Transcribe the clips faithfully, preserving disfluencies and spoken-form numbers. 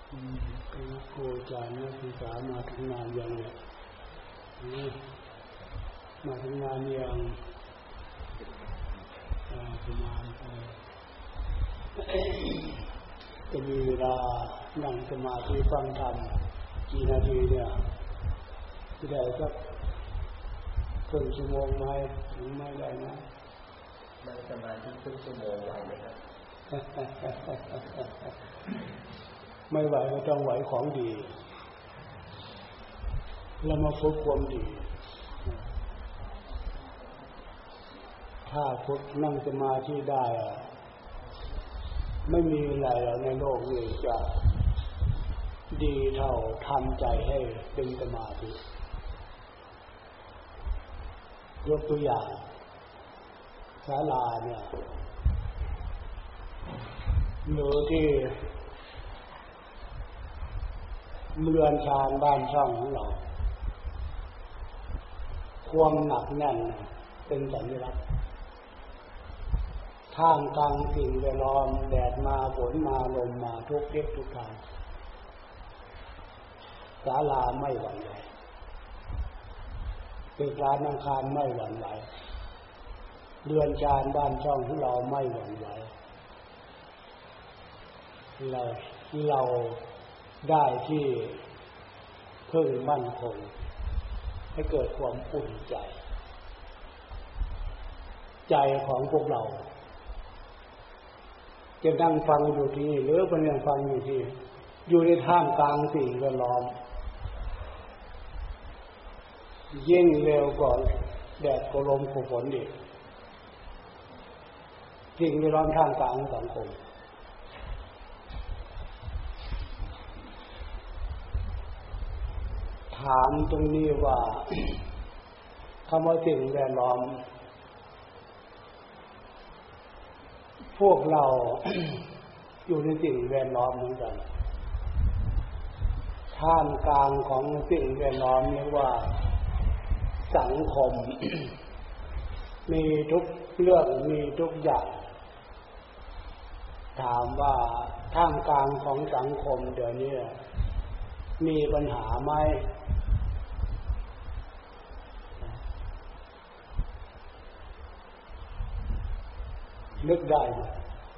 คณะครูอาจารย์นักศึกษามาทำงานยังเนี่ยมาทำงานยังประมาณจะมีเวลานั่งสมาธิฟังธรรมกี่นาทีเนี่ยที่ได้สักครึ่งชั่วโมงไหมถึงไม่ได้นะนั่งสมาธิครึ่งชั่วโมงไหวไหมครับไม่ไหวก็ต้องไหวของดีแล้วมาฝึกความดีถ้าฝึกนั่งสมาธิได้ไม่มีอะไรในโลกนี้จะดีเท่าทำใจให้เป็นสมาธิยกตัวอย่างศาลาเนี่ยหรือที่เรือนชานบ้านช่องของเราความหนักแน่นเป็นสัญลักษณ์ท่ามกลางสิ่งแวดล้อมแดดมาฝนมาลมมาทุกทิศทุกทางศาลาไม่หวั่นไหวตึกร้านอาคารไม่หวั่นไหวเรือนชานบ้านช่องของเราไม่หวั่นไหวเราเราได้ที่พึ่งมั่นคงให้เกิดความอุ่นใจใจของพวกเราจะนั่งฟังอยู่ที่หรือเป็นยังฟังอยู่ที่อยู่ในท่ามกลางสิ่งแวดล้อมยิ่งเร็วกว่าแดดกว่าลมกว่าฝนอีกสิ่งแวดล้อมท่ามกลางสังคมถามตรงนี้ว่าคำว่าสิ่งแวดล้อมพวกเรา อยู่ในสิ่งแวดล้อมเหมือนกันท่ามกลางของสิ่งแวดล้อมเรียกว่าสังคม มีทุกเรื่องมีทุกอย่างถามว่าท่ามกลางของสังคมเดี๋ยวนี้มีปัญหาไหมนึกได้ไหม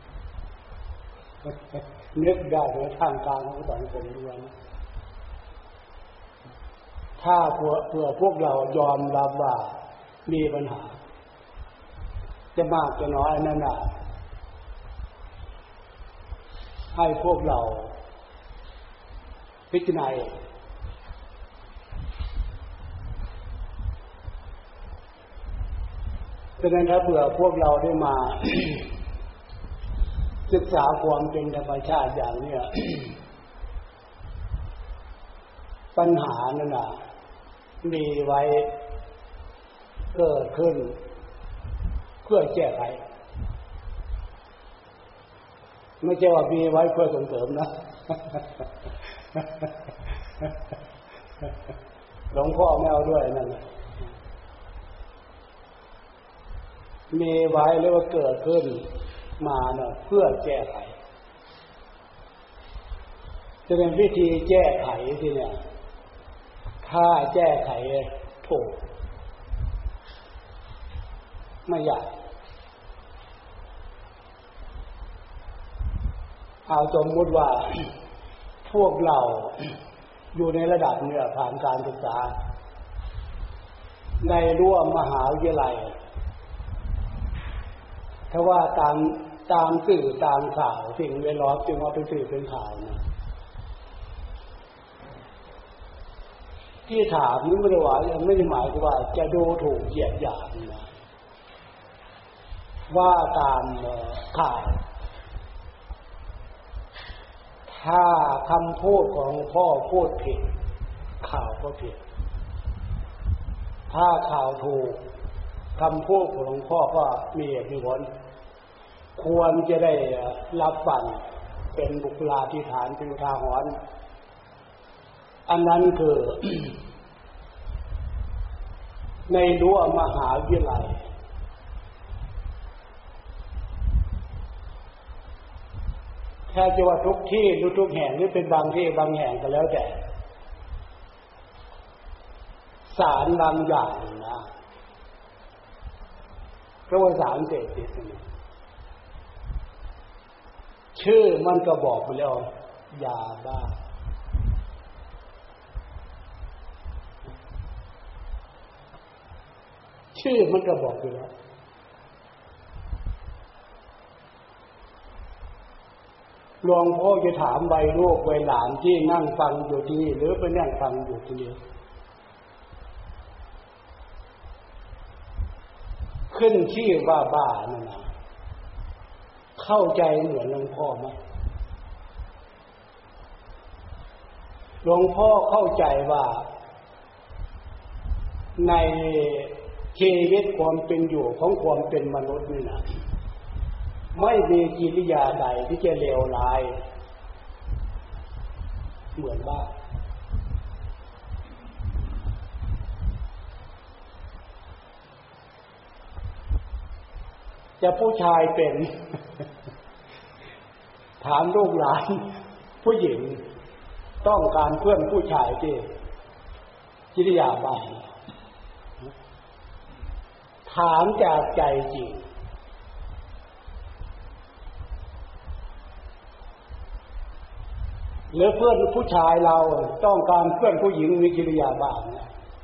นึกได้ไหมท่ามกลางของสังคมด้วยถ้าเพื่อเพื่อพวกเรายอมรับว่ามีปัญหาจะมากจะน้อยนั่นน่ะให้พวกเราพิจารณาเองฉะนั้นถ้าเผื่อพวกเราได้มา ศึกษาความเป็นธรรมชาติอย่างนี้ ปัญหานั่นน่ะมีไว้เกิดขึ้นเพื่อแก้ไขไม่ใช่ว่ามีไว้เพื่อส่งเสริมนะ หลวงพ่อไม่เอาด้วยนั่นมีไว้เรียกว่าเกิดขึ้นมาเนาะเพื่อแก้ไขจะเป็นวิธีแก้ไขที่เนี่ยถ้าแก้ไขถูกไม่ยากเอาสมมุติว่า พวกเราอยู่ในระดับเนี่ยผ่านการศึกษาในรั้วมหาวิทยาลัยถ้าว่าตามตามสื่อตามข่าวสิ่งแวดล้อมจึงว่าเป็นสื่อเป็นข่าวนะที่ถามนี้ไม่ได้ว่าไม่ได้หมายถึงว่าจะดูถูกเหยียดหยามนะว่าตามข่าวถ้าคำพูดของพ่อพูดผิดข่าวก็ผิดถ้าข่าวถูกคำพูดของหลวงพ่อก็มีเหตุมีผลควรจะได้รับฟังเป็นบุคลาธิฐานเป็นอุทาหรณ์อันนั้นคือ ในรั้วมหาวิทยาลัย แทถ้าจะว่าทุกที่หรือทุกแห่งหรือเป็นบางที่บางแห่งก็แล้วแต่สารบางอย่างนะเพราะว่าสารเสพติดนี่ชื่อมันก็บอกไปแล้วยาบ้าชื่อมันก็บอกอยู่แล้วหลวงพ่อจะถามวัยลูกวัยหลานที่นั่งฟังอยู่ที่นี่หรือไปนั่งฟังอยู่ที่นี่ขึ้นชื่อว่าบ้านั่นนะเข้าใจเหมือนหลวงพ่อไหมหลวงพ่อเข้าใจว่าในชีวิตความเป็นอยู่ของความเป็นมนุษย์นี่นะไม่มีกิริยาใดที่จะเลวร้ายเหมือนบ้าจะผู้ชายเป็น ถามลูกหลานผู้หญิงต้องการเพื่อนผู้ชายที่กิริยาบ้าถามจากใจจริงหรือเพื่อนผู้ชายเราต้องการเพื่อนผู้หญิงมีกิริยาบ้าเนี่ย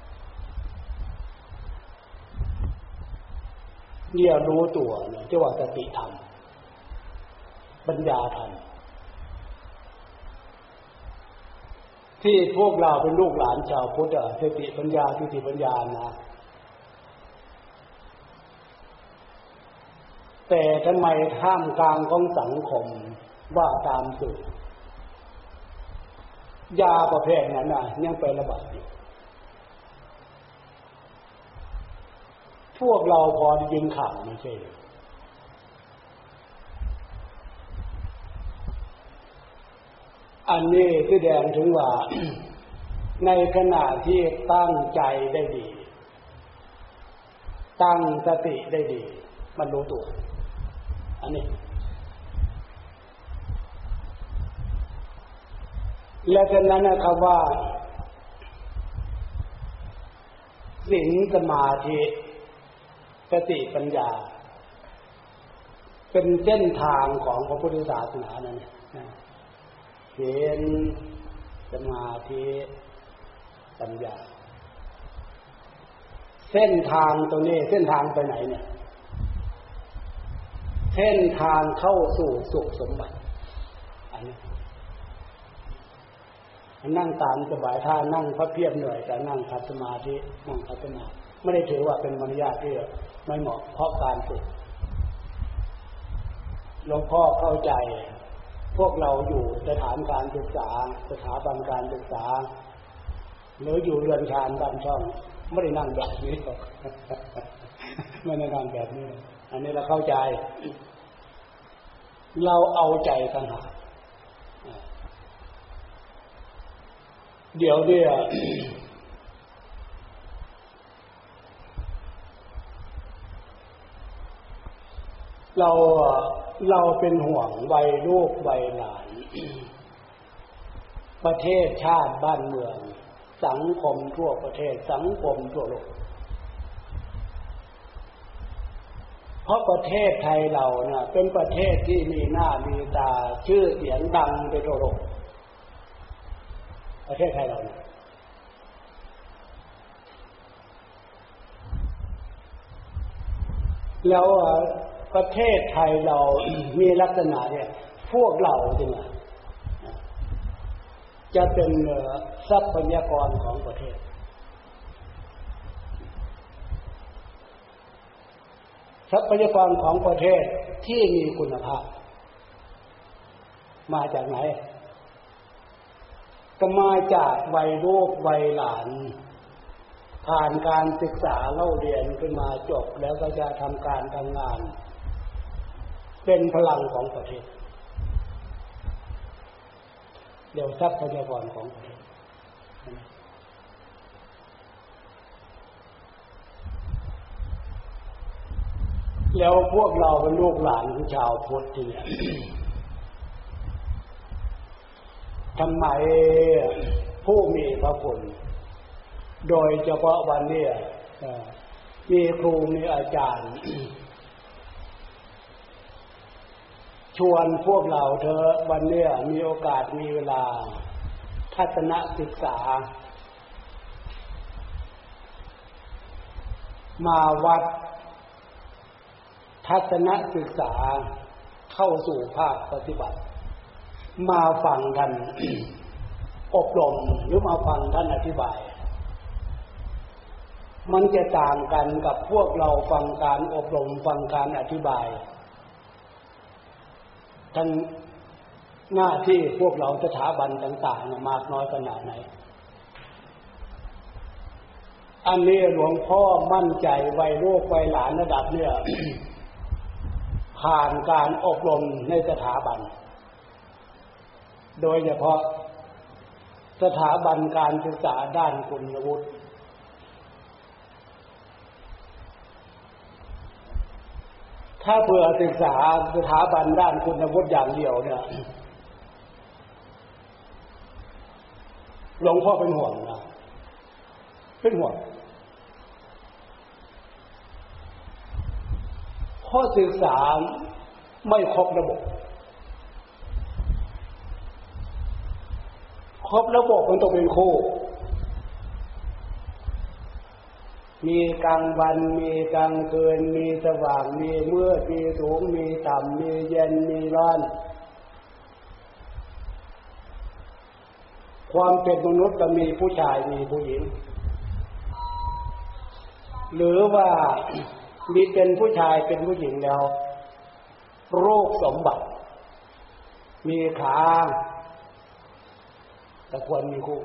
เนี่ยรู้ตัวเนี่ยที่ว่าสติธรรมปัญญาธรรมที่พวกเราเป็นลูกหลานชาวพุทธสติปัญญาสติปัญญานะแต่ทำไมท่ามกลางของสังคมว่าตามสื่อยาประเภทนั้นน่ะยังไประบาดอยู่พวกเราพอได้ยินข่าวไม่ใช่หรืออันนี้แสดงถึงว่า ในขณะที่ตั้งใจได้ดีตั้งสติได้ดีมันรู้ตัวอันนี้และฉะนั้นนะครับว่าศีลสมาธิสติปัญญาเป็นเส้นทางของพระพุทธศาสนานั่นศีลสมาธิปัญญาเส้นทางตัวนี้เส้นทางไปไหนเนี่ยเส้นทางเข้าสู่สุขสมบัติอันนี้นั่งตามสบายท่านั่งพระเพียบเหนื่อยแต่นั่งขัดสมาธินั่งขัดสมาธิไม่ได้ถือว่าเป็นมารยาทที่ไม่เหมาะเพราะการฝึกหลวงพ่อเข้าใจพวกเราอยู่สถานการศึกษาสถาบันการศึกษาหรืออยู่เรือนชานบ้านช่องไม่ได้นั่งแบบนี้หรอกไม่ได้นั่งแบบนี้อันนี้เราเข้าใจเราเอาใจต่างหากเดี๋ยวเนี่ยเราเราเป็นห่วงวัยลูกวัยหลานประเทศชาติบ้านเมืองสังคมทั่วประเทศสังคมทั่วโลกเพราะประเทศไทยเราเนี่ยเป็นประเทศที่มีหน้ามีตาชื่อเสียงดังไปทั่วโลกประเทศไทยเราเนี่ยแล้วประเทศไทยเรามีลักษณะเนี่ยพวกเราจริงๆจะเป็นทรัพยากรของประเทศทรัพยากรของประเทศที่มีคุณภาพมาจากไหนก็มาจากวัยลูกวัยหลานผ่านการศึกษาเล่าเรียนขึ้นมาจบแล้วก็จะทำการทำงานเป็นพลังของประเทศเดี๋ยวทรัพยากรของประเทศแล้วพวกเราเป็นลูกหลานของชาวพุทธที่เนี่ยทำไมผู้มีพระคุณโดยเฉพาะวันนี้มีครูมีอาจารย์ชวนพวกเราเธอวันนี้มีโอกาสมีเวลาทัศนศึกษามาวัดทัศนศึกษาเข้าสู่ภาคปฏิบัติมาฟังท่าน อบรมหรือมาฟังท่านอธิบายมันจะต่างกันกับพวกเราฟังการอบรมฟังการอธิบายทั้งหน้าที่พวกเราสถาบันต่างๆมากน้อยขนาดไหนอันนี้หลวงพ่อมั่นใจไว้ลูกไว้หลานระดับเนี่ย ผ่านการอบรมในสถาบันโดยเฉพาะสถาบันการศึกษาด้านคุณวุฒิถ้าเผื่อศึกษาสถาบันด้านคุณวุฒิอย่างเดียวเนี่ยหลวงพ่อเป็นห่วงนะเป็นห่วงข้อศึกษาไม่ครบระบบครบระบบมันต้องเป็นคู่มีกลางวันมีกลางคืนมีสว่างมีมืดมีสูงมีต่ำมีเย็นมีร้อนความเป็นมนุษย์ก็มีผู้ชายมีผู้หญิงหรือว่ามีเป็นผู้ชายเป็นผู้หญิงแล้วรูปสมบัติมีขาแต่ควรมีคู่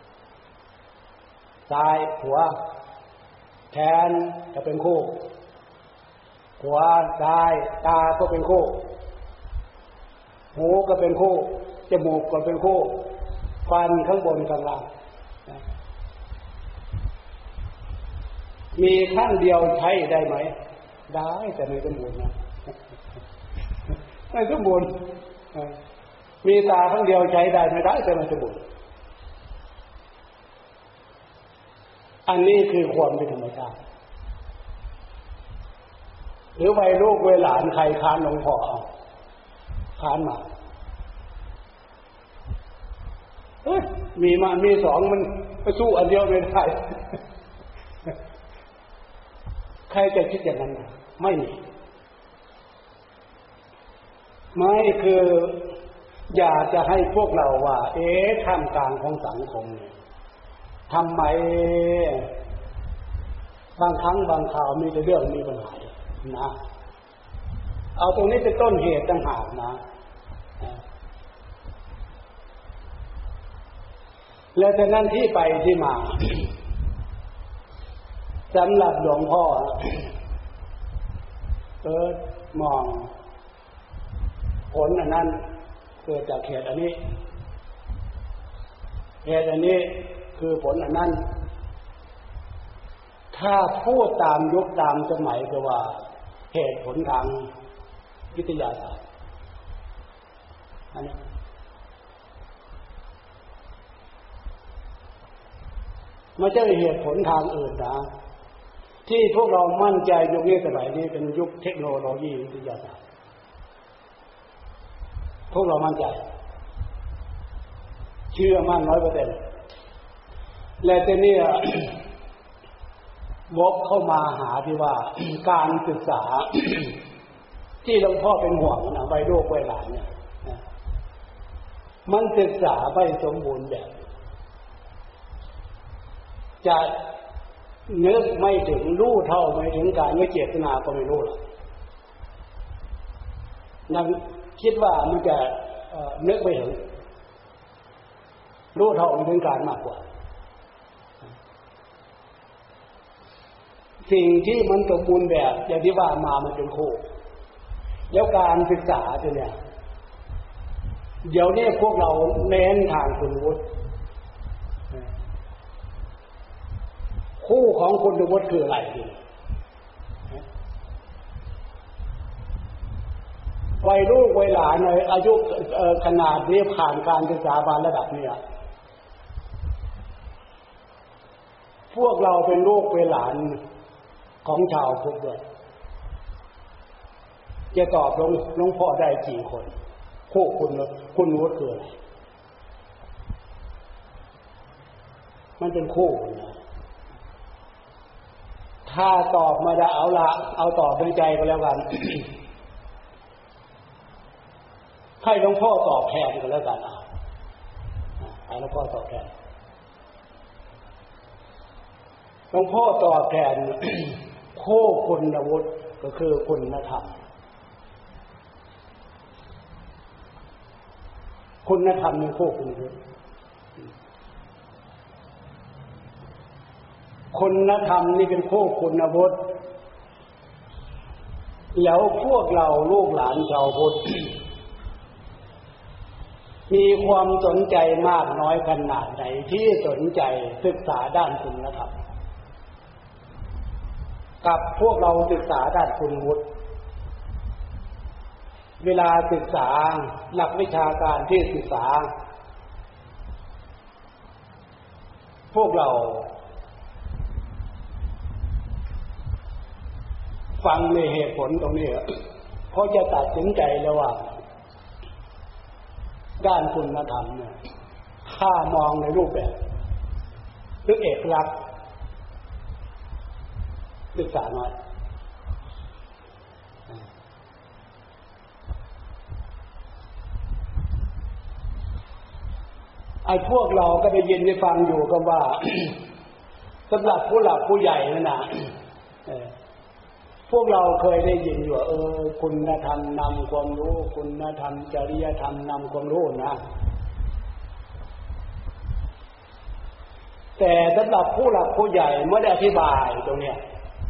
ซ้ายหัวแขนจะเป็นคู่หัวซ้ายตาก็เป็นคู่หูก็เป็นคู่จมูกก็เป็นคู่ฟันข้างบนข้างล่างมีข้างเดียวใช้ได้ไหมได้แต่ไม่สมบูรณ์นะไม่สมบูรณ์มีตาข้างเดียวใช้ได้ไม่ได้แต่ไม่สมบูรณ์อันนี้คือความเป็นธรรมชาติหรือวัยลูกวัยหลานใครค้านหลวงพ่อเอาค้านมาเอ้ยมีมามีสองมันไปสู้อันเดียวไม่ได้ใครจะคิดอย่างนั้นไม่มีไม่คืออยากจะให้พวกเราว่าเอ๊ะท่ามกลางของสังคมเนี่ยทำไมบางครั้งบางคราวมีแต่เรื่องมีปัญหานะเอาตรงนี้เป็นต้นเหตุต่างหากนะและจากนั้นที่ไปที่มาสำหรับหลวงพ่อเออมองผลอันนั้นเกิดจากเหตุอันนี้เหตุอันนี้คือผลอันนั้นถ้าพูดตามยุคตามสมัยก็ว่าเหตุผลทางวิทยาศาสตร์อันนี้ไม่ใช่เหตุผลทางอื่นนะที่พวกเรามั่นใจยุคนี้สมัยนี้เป็นยุคเทคโนโลยีวิทยาศาสตร์พวกเรามั่นใจเชื่อมั่นร้อยเปอร์เซ็นต์และทีนี้วกเข้ามาหาที่ว่าการศึกษาที่หลวงพ่อเป็นห่วงนะวัยลูกวัยหลานเนี่ยมันศึกษาไม่สมบูรณ์แบบจะนึกไม่ถึงรู้เท่าไม่ถึงการไม่เจตนาก็ไม่รู้หรอกนั่นคิดว่ามันจะนึกไม่ถึงรู้เท่าไม่ถึงการมากกว่าสิ่งที่มันสมบูรณ์แบบอย่างที่ว่ามามันเป็นคู่แล้วการศึกษาเนี่ยเดี๋ยวนี้พวกเราเน้นทางคุณวุฒิคู่ของคุณวุฒิคืออะไรดี เวัยลูกวัยหลานในอายุขนาดนี้ผ่านการศึกษาบาลระดับนี้พวกเราเป็นลูกเป็นหลานของชาวพุทธด้วยจะตอบหลวงหลวงพ่อได้กี่คนคู่คุณคุณวุฒิคืออะไรมันเป็นคู่นะถ้าตอบมาได้เอาละเอาตอบในใจก็แล้วกัน ให้หลวงพ่อตอบแทนก็แล้วกันเอาให้หลวงพ่อตอบแทนหลวงพ่อตอบแทน คู่คุณวุฒิก็คือคุณธรรมคุณธรรมเป็นคู่คุณวุฒิคุณธรรมนี่เป็นคู่คุณวุฒิแล้วพวกเราลูกหลานชาวพุทธ มีความสนใจมากน้อยขนาดไหนที่สนใจศึกษาด้านคุณธรรมกับพวกเราศึกษาด้านคุณวุฒิเวลาศึกษาหลักวิชาการที่ศึกษาพวกเราฟังในเหตุผลตรงนี้เขาจะตัดสินใจแล้วว่าด้านคุณธรรมเนี่ยถ้ามองในรูปแบบหรือเอกลักษณ์ศึกษาน้อยไอ้พวกเราก็ได้ยินได้ฟังอยู่กันว่า สำหรับผู้หลักผู้ใหญ่นั่นน่ะพวกเราเคยได้ยินอยู่เออคุณธรรมนำความรู้คุณธรรมจริยธรรมนำความรู้นะแต่สำหรับผู้หลักผู้ใหญ่ไม่ได้อธิบายตรงเนี้ย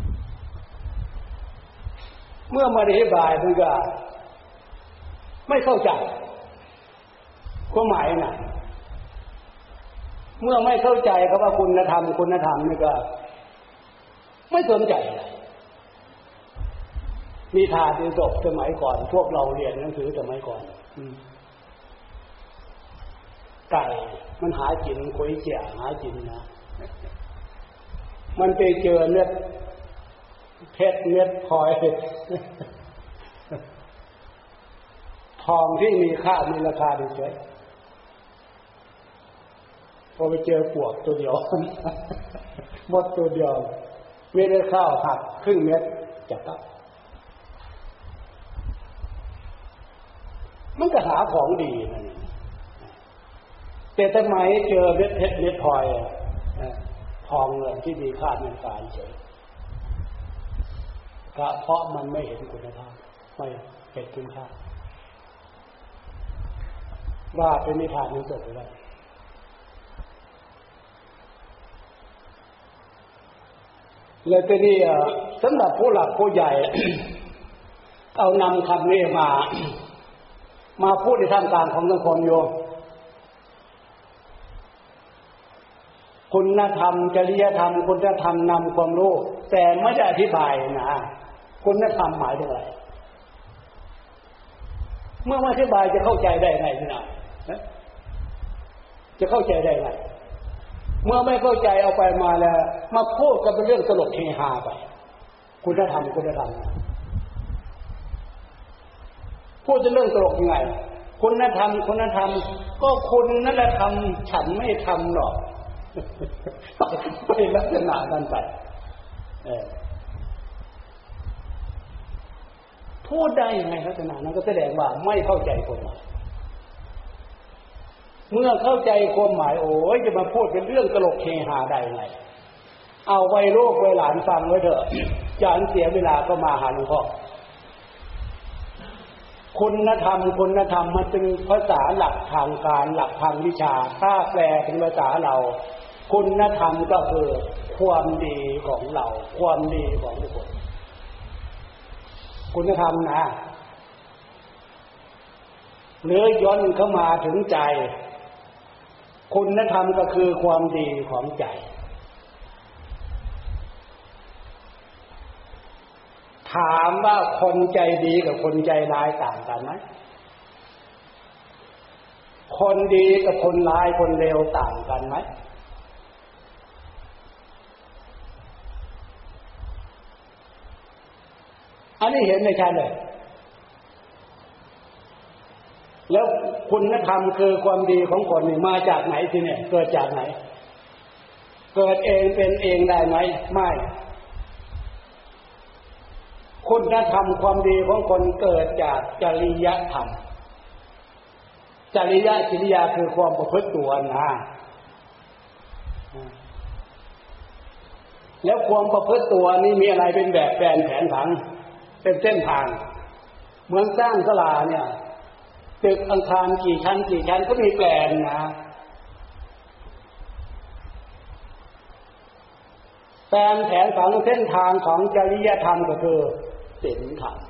เมื่อมาอธิบายมันก็ไม่เข้าใจความหมายน่ะเมื่อไม่เข้าใจคำว่าคุณธรรมคุณธรรมนี่ก็ไม่สนใจมีทาที่จบสมัยก่อนพวกเราเรียนหนังสือสมัยก่อนไก่มันหากินคุยเกี่ยหากินนะมันไปเจอเม็ดเพชรเม็ดพลอยทองที่มีค่ามีราคาดีเฉยพอไปเจอปวกตัวเดียวหมดตัวเดียวไม่ได้ข้าวหักครึ่งเม็ดจับปั๊บมันก็หาของดีนั่นแต่ทำไมเจอเม็ดเพชรเม็ดพลอยทองเงินที่มีค่ามีราคาเฉยก็เพราะมันไม่เห็นคุณค่าไม่เห็นคุณค่าว่าเป็นนิทานนี้จบไปแล้วเลยทีนี้สำหรับผู้หลักผู้ใหญ่ เอานำคำนี้มามาพูดในท่ามกลางของสังคมโยมคุณธรรมจริยธรรมคุณธรรมนำความรู้แต่ไม่ได้อธิบายนะคุณธรรมหมายถึงอะไรเมื่อไม่อธิบายจะเข้าใจได้ไงพี่น้องจะเข้าใจได้ไงเมื่อไม่เข้าใจเอาไปมาแล้วมาพูดกันเป็นเรื่องตลกเฮฮาไปคุณธรรมคุณธรรมพูดจะเรื่องตลกยังไงคุณธรรมคุณธรรมก็คุณนั่นแหละทำฉันไม่ทำหรอกไปลักษณะนั้นไปพูดได้ยังไงลักษณะนั้นก็แสดงว่าไม่เข้าใจความหมายเมื่อเข้าใจความหมายโอ้ยจะมาพูดเป็นเรื่องตลกเฮฮาได้ไงเอาไว้โลกไว้หลานฟังไว้เถอะอย่าเสียเวลาก็มาหาหลวงพ่อคุณธรรมคุณธรรมมันเป็นภาษาหลักทางการหลักทางวิชาถ้าแปลเป็นภาษาเราคุณธรรมก็คือความดีของเราความดีของทุกคนคุณธรรมนะหรือย้อนเข้ามาถึงใจคุณธรรมก็คือความดีของใจถามว่าคนใจดีกับคนใจร้ายต่างกันไหมคนดีกับคนร้ายคนเลวต่างกันไหมอันนี้เห็นในชัดเลยแล้วคุณธรรมคือความดีของคนนี่มาจากไหนทีเนี่ยเกิดจากไหนเกิดเองเป็นเองได้ไหมไม่คุณธรรมความดีของคนเกิดจากจริยธรรมจริยจริยาคือความประพฤติตัวนะแล้วความประพฤติตัวนี้มีอะไรเป็นแบบแผนแผนผังเป็นเส้นทางเหมือนสร้างศาลาเนี่ยตึกอาคารกี่ชั้นกี่ชั้นก็มีแปลนนะแปลนแผนผังเส้นทางของจริยธรรมก็คือศีลธรรม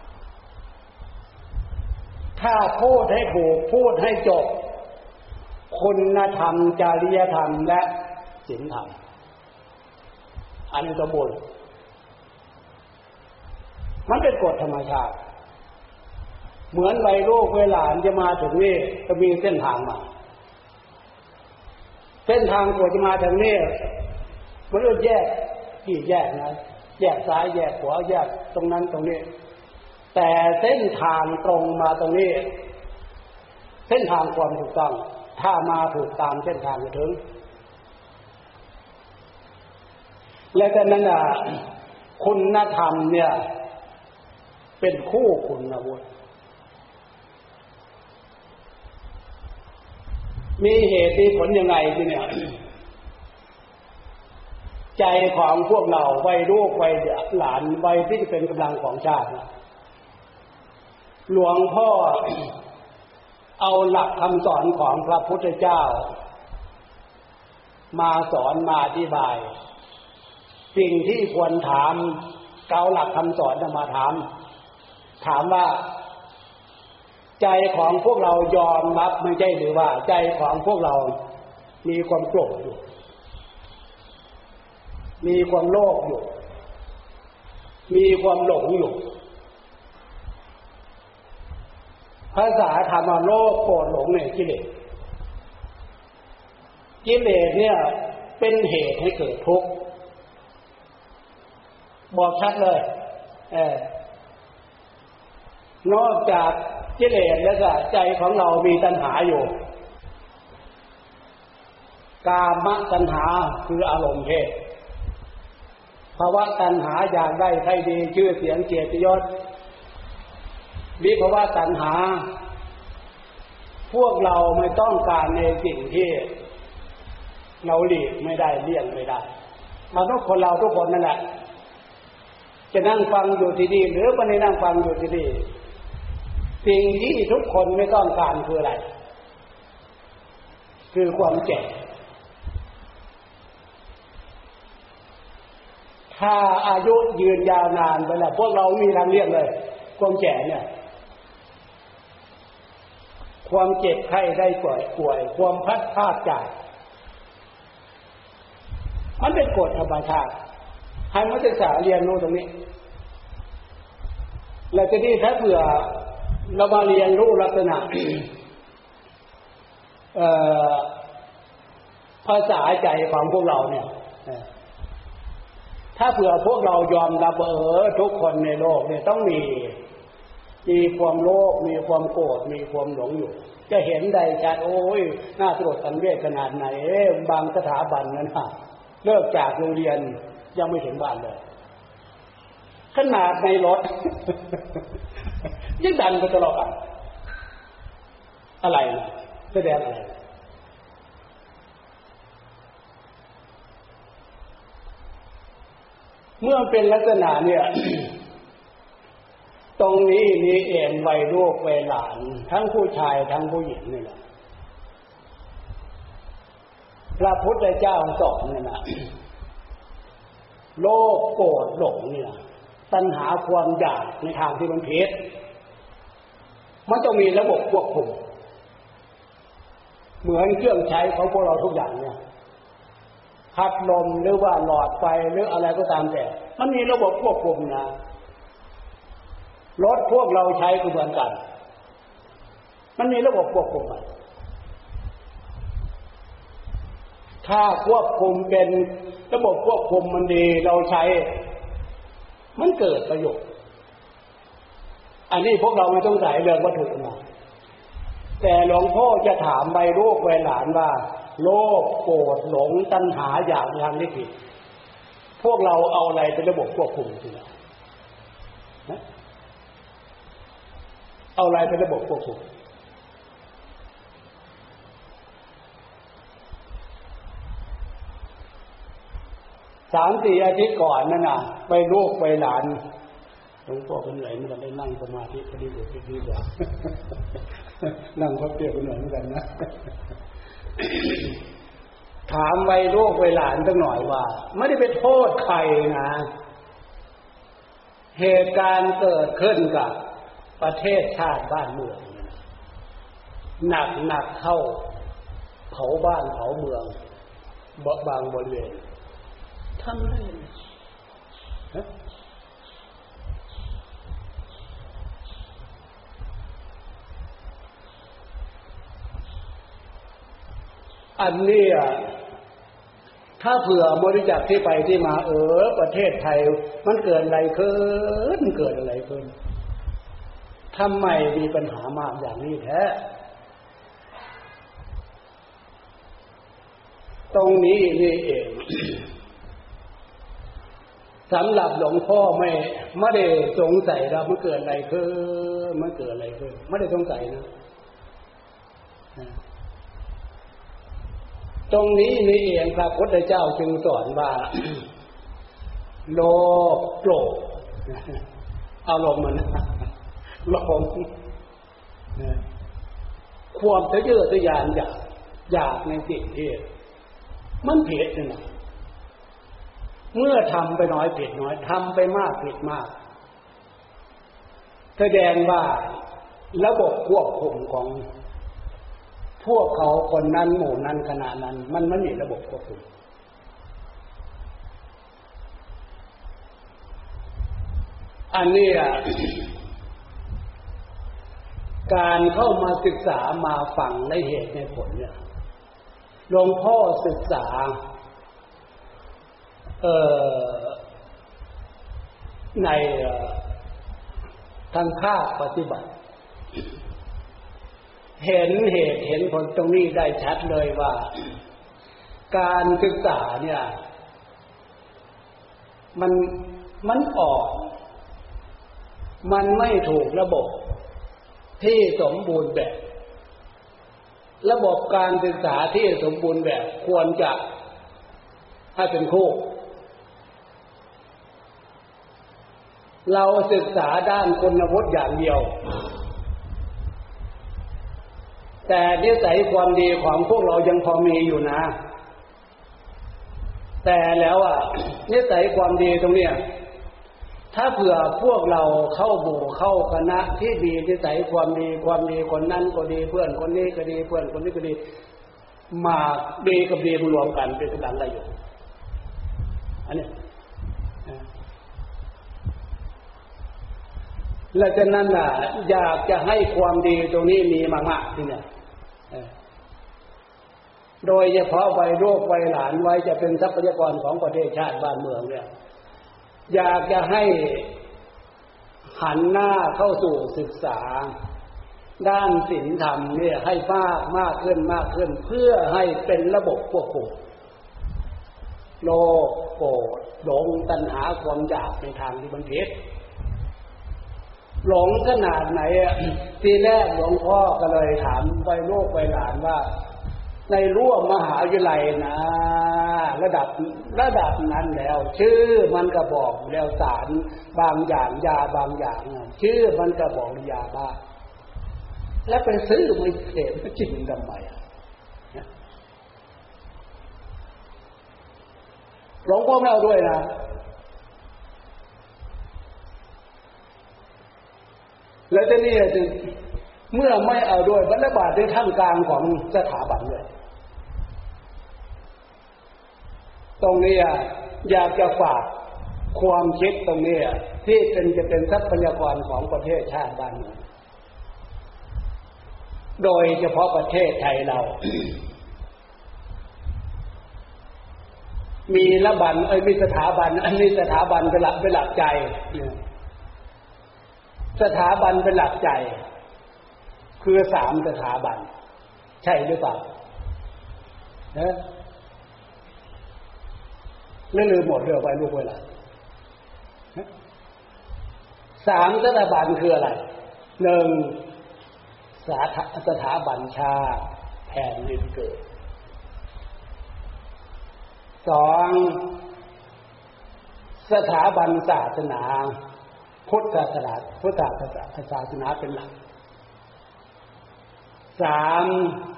ถ้าพูดให้ถูกพูดให้จบคุณธรรมจริยธรรมและศีลธรรมอันนี้สมบูรณ์มันเป็นกฎธรรมชาติเหมือนวัยรุ่นเวลาจะมาถึงนี่จะมีเส้นทางมาเส้นทางกว่าจะมาถึงนี่มันต้องแยกกี่แยกนะแยกซ้ายแยกขวาแยกตรงนั้นตรงนี้แต่เส้นทางตรงมาตรงนี้เส้นทางความถูกต้องถ้ามาถูกตามเส้นทางจะถึงและก็นั้นน่ะคุณธรรมเนี่ยเป็นคู่คุณวุฒิมีเหตุมีผลยังไงทีเนี่ยใจของพวกเราวัยรุ่นวัยหลานวัยที่จะเป็นกำลังของชาติหลวงพ่อเอาหลักคำสอนของพระพุทธเจ้ามาสอนมาอธิบายสิ่งที่ควรถามเกาหลักคำสอนมาถามถามว่าใจของพวกเรายอมรับไม่ใช่หรือว่าใจของพวกเรามีความโกรธอยู่มีความโลภอยู่มีความหลงอยู่ภาษาธรรมโลภโกรธหลงเนี่ยกิเลสกิเลสเนี่ยเป็นเหตุให้เกิดทุกข์บอกชัดเลยเออนอกจากกิเลสแล้วก็ใจของเรามีตัณหาอยู่กามตัณหาคืออารมณ์เพศภาวะตัณหาอยากได้ใครดีชื่อเสียงเกียรติยศวิภาวะตัณหาพวกเราไม่ต้องการในสิ่งที่เราหลีกไม่ได้เลี่ยงไม่ได้มันต้องคนเราทุกคนนั่นแหละจะนั่งฟังอยู่ที่นี่หรือไม่ได้นั่งฟังอยู่ที่นี่สิ่งที่ทุกคนไม่ต้องการคืออะไรคือความแก่ถ้าอายุยืนยาวนานไปแล้วพวกเรามีทางเลี่ยงเลยความแก่เนี่ยความเจ็บไข้ได้ป่วยป่วยความพลัดพรากจากมันเป็นกฎธรรมชาติให้นักศึกษาเรียนรู้ตรงนี้แล้วจะดีถ้าเผื่อเรามาเรียนรู้ลักษณะ ภาษาใจของพวกเราเนี่ยถ้าเผื่อพวกเรายอมรับเออทุกคนในโลกเนี่ยต้องมีมีความโลภมีความโกรธมีความหลงอยู่จะเห็นได้ชัดโอ้ยน่าตรวจสังเวชขนาดไหนบางสถาบันนั้นฮะเลิกจากโรงเรียนยังไม่ถึงบ้านเลยขนาดในรถ ยังดันไปตลอดอ่ะอะไรแสดงอะไรเมื่อเป็นลักษณะเนี่ย ตรงนี้มีเอ็นวัยรุ่นวัยหลานทั้งผู้ชายทั้งผู้หญิงนี่แหละพระพุทธเจ้าสอนนี่นะ โลภโกรธหลงเนี่ยตัณหาความอยากในทางที่มันผิดมันต้องมีระบบควบคุมเหมือนเครื่องใช้ของพวกเราทุกอย่างเนี่ยพัดลมหรือว่าหลอดไฟหรืออะไรก็ตามแต่มันมีระบบควบคุมนะรถพวกเราใช้ก็เหมือนกันมันมีระบบควบคุมมันถ้าควบคุมเป็นระบบควบคุมมันดีเราใช้มันเกิดประโยชน์อันนี้พวกเราไม่ต้องใส่เรื่องวัตถุนะแต่หลวงพ่อจะถามใบลูกใบหลานว่าโลภโกรธหลงตัณหาอยากทางนี้ผิดพวกเราเอาอะไรเป็นระบบควบคุมทีละนะเอาอะไรเป็นระบบควบคุมสามสี่อาทิตย์ก่อนนั่นน่ะไปลูกไปหลานหลวงพ่อคนไหนมันจะได้นั่งสมาธิพอดีกว่าดีกว่านั่งพักเพียบกันหน่อยเหมือนกันนะถามไปลูกไปหลานสักหน่อยว่าไม่ได้ไปโทษใครนะเหตุการณ์เกิดขึ้นกับประเทศชาติบ้านเมืองหนักหนักเข้าเผาบ้านเผาเมืองบางบริเวณทำได้ไหมอันนี้ถ้าเผื่อบริจาคที่ไปที่มาเออประเทศไทยมันเกิดอะไรขึ้นเกิดอะไรขึ้นทำไมมีปัญหามากอย่างนี้แท้ตรงนี้นี่เองสำหรับหลวงพ่อไม่ไม่ได้สงสัยว่ามันเกิดอะไรขึ้นมันเกิดอะไรขึ้นไม่ได้สงสัยนะตรงนี้นี่เองพระพุทธเจ้าจึงสอนว่าโลภโกรธอารมณ์มันโลภความทะเยอทะยานอยากอยากในสิ่งที่มันผิดนี่นะเมื่อทำไปน้อยผิดน้อยทำไปมากผิดมากแสดงว่าระบบควบคุมของพวกเขาคนนั้นหมู่นั้นขณะนั้นมันไม่มีระบบควบคุมอันนี้การเข้ามาศึกษามาฟังในเหตุในผลเนี่ยหลวงพ่อศึกษาเอ่อในทางภาคปฏิบัติเห็นเหตุเห็นผลตรงนี้ได้ชัดเลยว่าการศึกษาเนี่ยมันมันออกมันไม่ถูกระบบที่สมบูรณ์แบบระบบการศึกษาที่สมบูรณ์แบบควรจะให้เป็นคู่เราศึกษาด้านคุณวุฒิอย่างเดียวแต่นิสัยความดีของพวกเรายังพอมีอยู่นะแต่แล้วอ่ะนิสัยความดีตรงเนี้ยถ้าเผื่อพวกเราเข้าหมู่เข้าคณะที่ดีนิสัยความดีความดีคนนั้นก็ดีเพื่อนคนนี้ก็ดีเพื่อนคนนี้ก็ดีมาดีกับดีมารวมกันเป็นกำลังได้อยู่อันนี้และฉะนั้นน่ะอยากจะให้ความดีตรงนี้มีมากๆที่เนี่ยโดยเฉพาะวัยลูกวัยหลานไว้จะเป็นทรัพยากรของประเทศชาติบ้านเมืองเนี่ยอยากจะให้หันหน้าเข้าสู่ศึกษาด้านศีลธรรมเนี่ยให้มากมากขึ้นมากขึ้นเพื่อให้เป็นระบบควบคุมโลภโกรธหลงตัณหาความอยากในทางที่มันผิดหลงขนาดไหนอ่ะทีแรกหลวงพ่อก็เลยถามไปลูกไปหลานว่าในรั้วมหาวิทยาลัยนะระดับระดับนั้นแล้วชื่อมันก็บอกแล้วสารบางอย่างยาบางอย่างชื่อมันก็บอกยาบ้าแล้วไปซื้อไม่เข็มจริงทำไมอ่ะหลวงพ่อไม่เอาด้วยนะแล้วทีนี้จึงเมื่อไม่เอาด้วยบรรดาบาทในท่ามกลางของสถาบันเลยตรงนี้อยากจะฝากความคิดตรงนี้ที่เป็นจะเป็นทรัพยากรของประเทศชาติบ้านเมืองโดยเฉพาะประเทศไทยเรา มีระบันเอ้ยมีสถาบันอันนี้สถาบันเป็นหลักเป็นหลักใจสถาบันเป็นหลักใจคือสามสถาบันใช่หรือเปล่าเนะเรื่องลืมหมดเรื่องไปลูกเวลาสามสถาบันคืออะไรหนึ่งสถาบันชาติแผ่นดินเกิดสองสถาบันศาสนาพุทธศาสนาพุทธศาสนาเป็นหลักสาม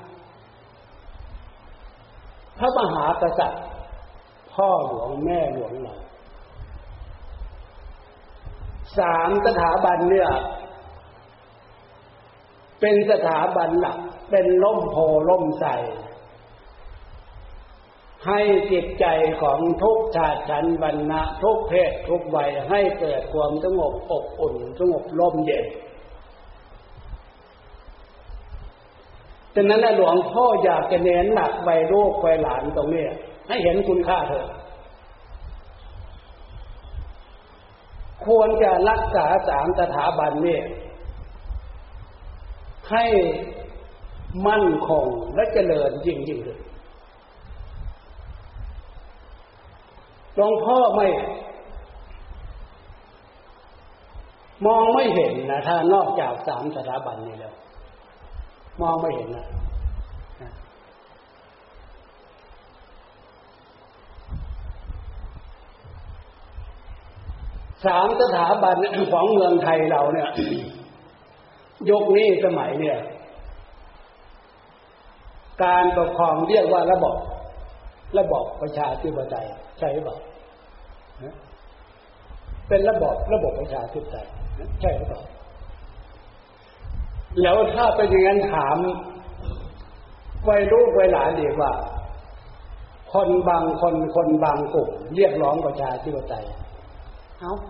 พระมหากษัตริย์พ่อหลวงแม่หลวงเราสามสถาบันเนี่ยเป็นสถาบันหลักเป็นร่มโพร่มใสให้จิตใจของทุกชาติชั้นวรรณะทุกเพศทุกวัยให้เกิดความสงบอบอุ่นสงบร่มเย็นฉะนั้นหลวงพ่ออยากจะเน้นหนักไปลูกไปหลานตรงนี้ให้เห็นคุณค่าเถอะควรจะรักษาสามสถาบันนี้ให้มั่นคงและเจริญยิ่งยิ่งขึ้นหลวงพ่อไม่มองไม่เห็นนะถ้านอกจากสามสถาบันนี้แล้วมองไม่เห็นนะสามสถาบันของเมืองไทยเราเนี่ยยกนี้สมัยเนี่ยการปกครองเรียกว่าระบบระบบประชาธิปไตยใช่หรือเปล่าเป็นระบบระบบประชาธิปไตยใช่หรือเปล่าแล้วถ้าเป็นอย่างนั้นถามวัยรุ่นวัยหลานดีว่าคนบางคนคนบางกลุ่มเรียกร้องประชาธิปไตยเอ้า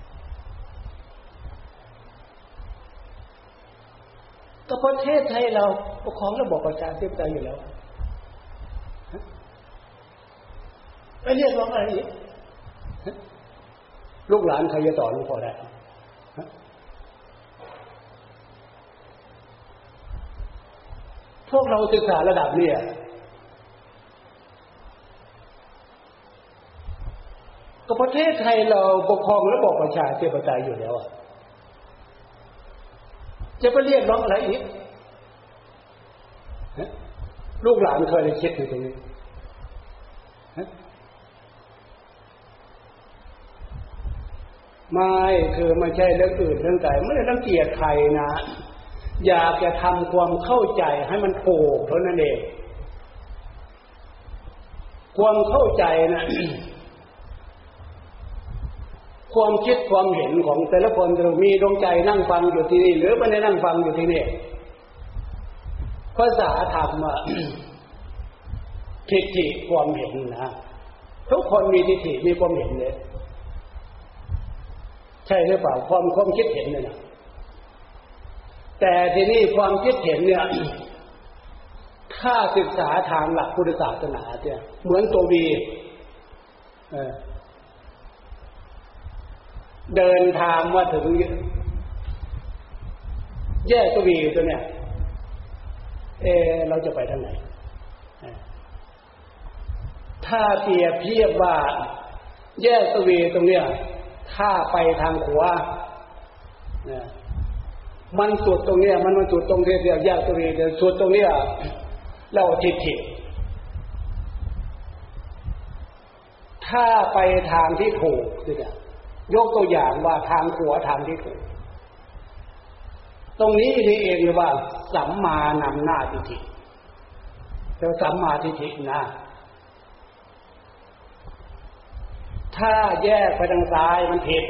ก็ประเทศไทยเราปกครองระบบประชาธิปไตยอยู่แล้วไปเรียกร้องอะไรอีกลูกหลานใครจะต่อลูกพ่อได้พวกเราศึกษาระดับนี้ก็ประเทศไทยเราปกครองระบบประชาธิปไตยอยู่แล้วอ่ะจะไปเรียกร้องอะไรอีกลูกหลานเคยได้คิดอยู่ตรงนี้ไม่คือไม่ใช่เรื่องอื่นเรื่องไกลไม่ได้รังเกียจใครนะอยากจะทำความเข้าใจให้มันถูกเท่านั้นเองความเข้าใจนะ ความคิดความเห็นของแต่ละคนจะมีดวงใจนั่งฟังอยู่ที่นี่หรือไม่ได้นั่งฟังอยู่ที่นี่ภาษาธรรมอ่ะ ทิฏฐิความเห็นนะทุกคนมีทิฏฐิมีความเห็นเลยใช่หรือเปล่าความความคิดเห็นเนี่ยนะแต่ทีนี้ความคิดเห็นเนี่ย ถ้าศึกษาทางหลักพุทธศาสนาเนี่ยเหมือนตัววีเออเดินทางมาถึงแยกตัววีตัวเนี่ยเออเราจะไปทางไหนถ้าเปรียบเทียบว่าแยกตัววีตรงเนี้ยถ้าไปทางขวาเนี่ยมันสุดตรงเนี้ยมันมันสุดตรงที่เรียกแยกตัววีแต่สุดตรงเนี้ยเราทิฏฐิถ้าไปทางที่ถูกเนี่ยยกตัวอย่างว่าทางขวาทางที่ถูกตรงนี้นี่เองหรือว่าสัมมานำหน้าทิฏฐิแต่สัมมาทิฏฐินะถ้าแยกไปทางซ้ายมันผิด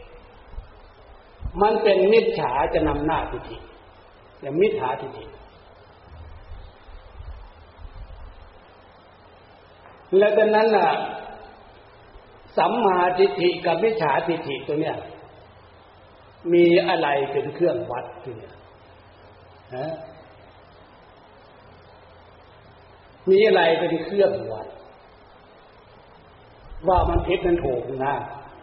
มันเป็นมิจฉาจะนำหน้าทิฏฐิอย่างมิจฉาทิฏฐิแล้วดังนั้นน่ะสัมมาทิฏฐิกับมิจฉาทิฏฐิตัวเนี้ยมีอะไรเป็นเครื่องวัดตัวเนี้ยฮะมีอะไรเป็นเครื่องวัดว่ามันผิดมันถูกนะ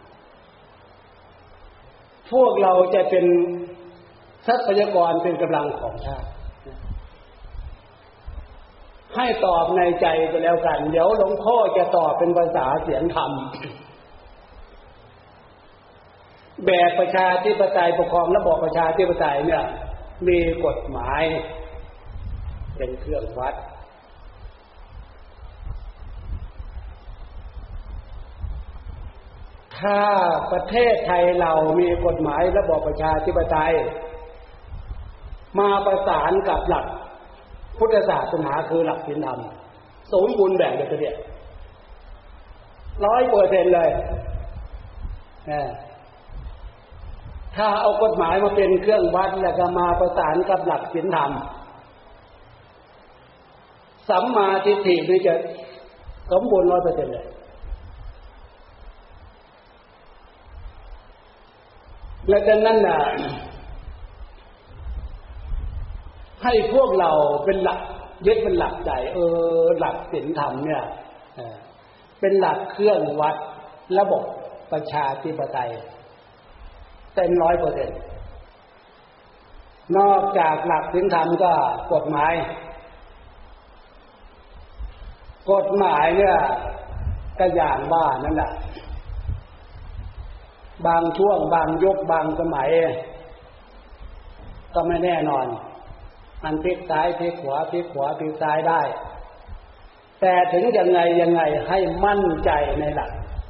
พวกเราจะเป็นทรัพยากรเป็นกำลังของชาติให้ตอบในใจไปแล้วกันเดี๋ยวหลวงพ่อจะตอบเป็นภาษาเสียงธรรมแบบประชาธิปไตยปกครองระบอบประชาธิปไตยเนี่ยมีกฎหมายเป็นเครื่องวัดถ้าประเทศไทยเรามีกฎหมายระบอบประชาธิปไตยมาประสานกับหลักพุทธศาสนาคือหลักศีลธรรมสมบูรณ์แบบเลยทีเดียวร้อยเปอร์เซ็นต์เลยถ้าเอากฎหมายมาเป็นเครื่องวัดแล้วก็มาประสานกับหลักศีลธรรมสัมมาทิฏฐินี่จะสมบูรณ์ร้อยเปอร์เซ็นต์เลยและดังนั้นน่ะให้พวกเราเป็นหลักยึดเป็นหลักใจเออหลักศีลธรรมเนี่ยเป็นหลักเครื่องวัดระบบประชาธิปไตยเต็มร้อยเปอร์เซ็นต์นอกจากหลักศีลธรรมก็กฎหมายกฎหมายเนี่ยก็อย่างว่านั่นแหละบางช่วงบางยุคบางสมัยก็ไม่แน่นอนมันพลิกซ้ายพลิกขวาพลิกขวาพลิกซ้ายได้แต่ถึงยังไงยังไงให้มั่นใจในหลัก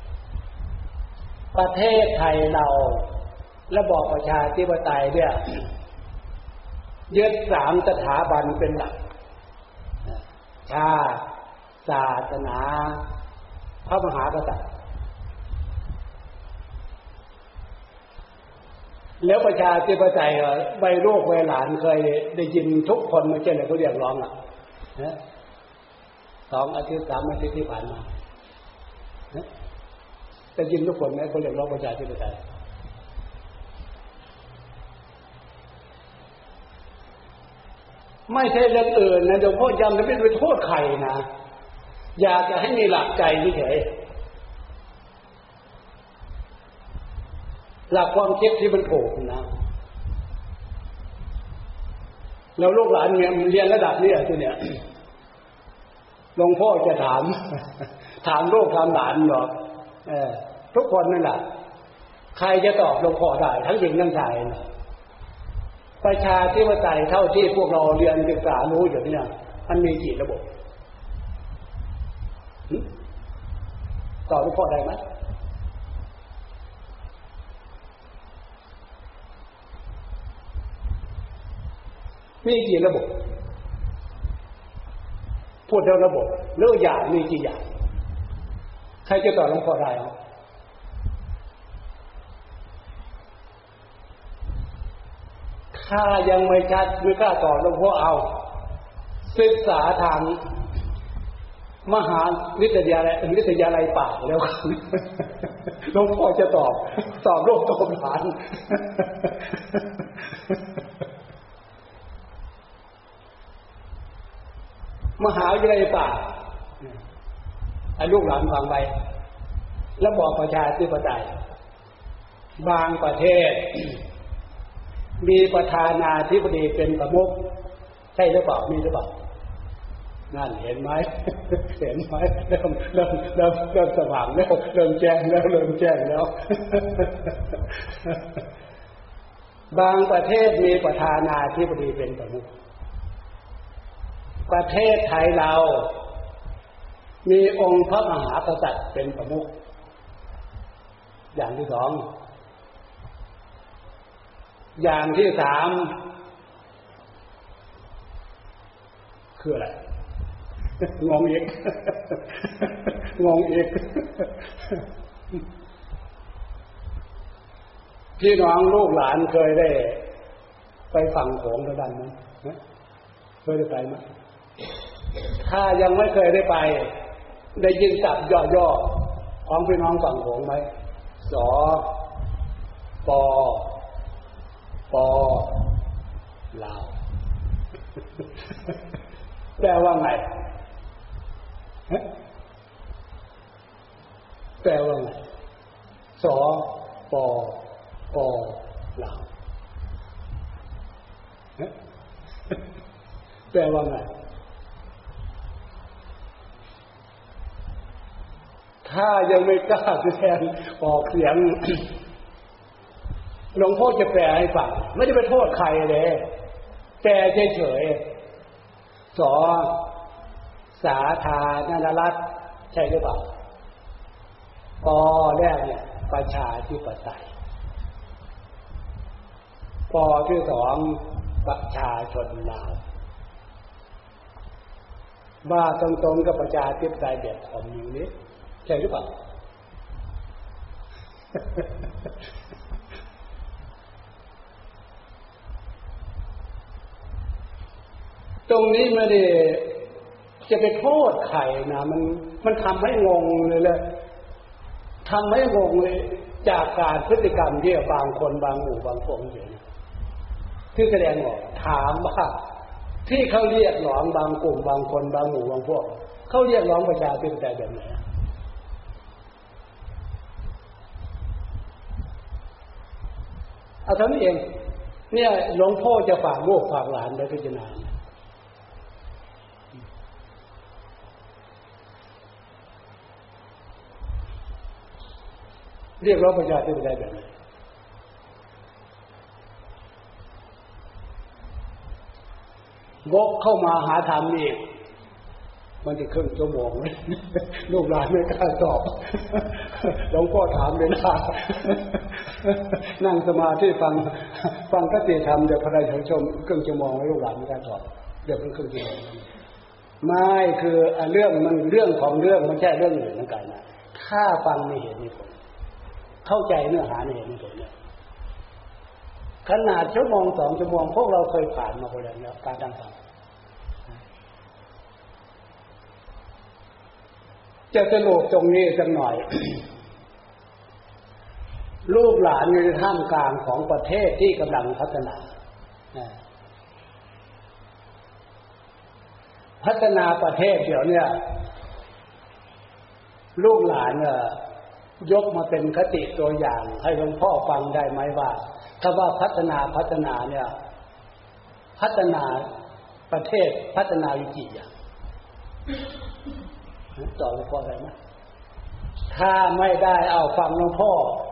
ประเทศไทยเราระบอบประชาธิปไตยเนี่ยยึดสามสถาบันเป็นหลักชาติศาสนาพระมหากษัตริย์แล้วประชาธิปไตยใบโลกใบหลานเคยได้ยินทุกคนมาเช่นอะไรเขาเรียกร้องอ่ะนะสองอาทิตย์สามอาทิตย์ที่ผ่านมาได้ยินทุกคนไหมเขาเรียกร้องประชาธิปไตยไม่ใช่เรื่องอื่นนะเดี๋ยวพ่อจำจะไม่ไปโทษใครนะอยากจะให้มีหลักใจเฉยหลักความคิดที่มันถูกนะแล้วลูกหลานเนี่ยเรียนระดับนี้อ่ะทีเนี่ยหลวงพ่อจะถามถามลูกถามหลานหรอกเออทุกคนนั่นแหละใครจะตอบหลวงพ่อได้ทั้งหญิงทั้งชายนะประชาธิปไตยเท่าที่พวกเราเรียนศึกษารู้อยู่เนี่ยมันมีกี่ระบบตอบหลวงพ่อได้ไหมมีกี่ระบบพูดแล้วระบบเรื่องอย่างมีกี่อย่างใครจะตอบหลวงพ่อได้ไหมถ้ายังไม่ชัดไม่กล้าตอบหลวงพ่อเอาศึกษาทางมหาวิทยาลัยวิทยาลัยป่าแล้วหลวงพ่อจะตอบตอบโลกตอบหลานมหาวิทยาลัยป่าให้ลูกหลานฟังไปแล้วบอกประชาธิปไตยบางประเทศมีประธานาธิบดีเป็นประมุขใช่หรือเปล่ามีหรือเปล่านั่นเห็นไหมเห็นไหมเริ่มเริ่มเริ่มเริ่มสว่างแล้วเริ่มแจ้งแล้วเริ่มแจ้งแล้วบางประเทศมีประธานาธิบดีเป็นประมุขประเทศไทยเรามีองค์พระมหากษัตริย์เป็นประมุขอย่างที่สองอย่างที่สามคืออะไรงงอีกงงอีกพี่น้องลูกหลานเคยได้ไปฝั่งโขงทางด้านนั้นเคยได้ไปไหมถ้ายังไม่เคยได้ไปได้ยินศัพท์ย่อของพี่น้องฝั่งโขงไหมสอปอปอลาวแปลว่าไงแปลว่าไงสอปอปอลาวแปลว่าไงถ้ายังไม่กล้าแสดงออกเสียงหลวงพ่อจะแปลให้ฟังไม่ได้ไปโทษใครเลยแปลเฉยๆสอสาธารณรัฐใช่หรือเปล่าปอแรกเนี่ยประชาธิปไตยปอที่สองประชาชนลาวว่าตรงๆกับประชาธิปไตยแบบคอมมิวนิสต์ใช่หรือเปล่าตรงนี้ไม่ได้จะไปโทษใครนะมันมันทำให้งงเลยเลยทำให้งงเลยจากการพฤติกรรมที่บางคนบางหมู่บางพวกอย่างนี้ที่แสดงออกถามว่าที่เขาเรียกร้องบางกลุ่มบางคนบางหมู่บางพวกเขาเรียกร้องประชาธิปไตยแบบไหนเอาเท่านี้เองเนี่ยหลวงพ่อจะฝากลูกฝากหลานไว้พิจารณาเรียกร้องประชาธิปไตยแบบไหนวกเข้ามาหาธรรมนี่มันจะครึ่งชั่วโมงลูกหลานไม่กล้าตอบหลวงพ่อถามเลยนะนั่งสมาธิฟังฟังคติธรรมเดี๋ยวพระราชชมครึ่งชั่วโมงให้ลูกหลานไม่กล้าตอบเดี๋ยวเป็นครึ่งชั่วโมงไม่คือเรื่องมันเรื่องของเรื่องมันใช่เรื่องอื่นนั่นกันนะถ้าฟังไม่เห็นนี่ผมเข้าใจเนื้อหาในเหตุในผลเนี่ยขนาดชั่วโมงสองชั่วโมงพวกเราเคยผ่านมาหมดแล้วการตั้งฟังจะสรุปตรงนี้สักหน่อย ลูกหลานอยู่ในท่ามกลางของประเทศที่กำลังพัฒนาพัฒนาประเทศเดี๋ยวนี้ลูกหลานเนี่ยยกมาเป็นคติตัวอย่างให้หลวงพ่อฟังได้ไหมว่าถ้าว่าพัฒนาพัฒนาเนี่ยพัฒนาประเทศพัฒนาอยู่กี่อย่างตอบหลวงพ่อได้ไหมถ้าไม่ได้เอาฟังหลวงพ่อ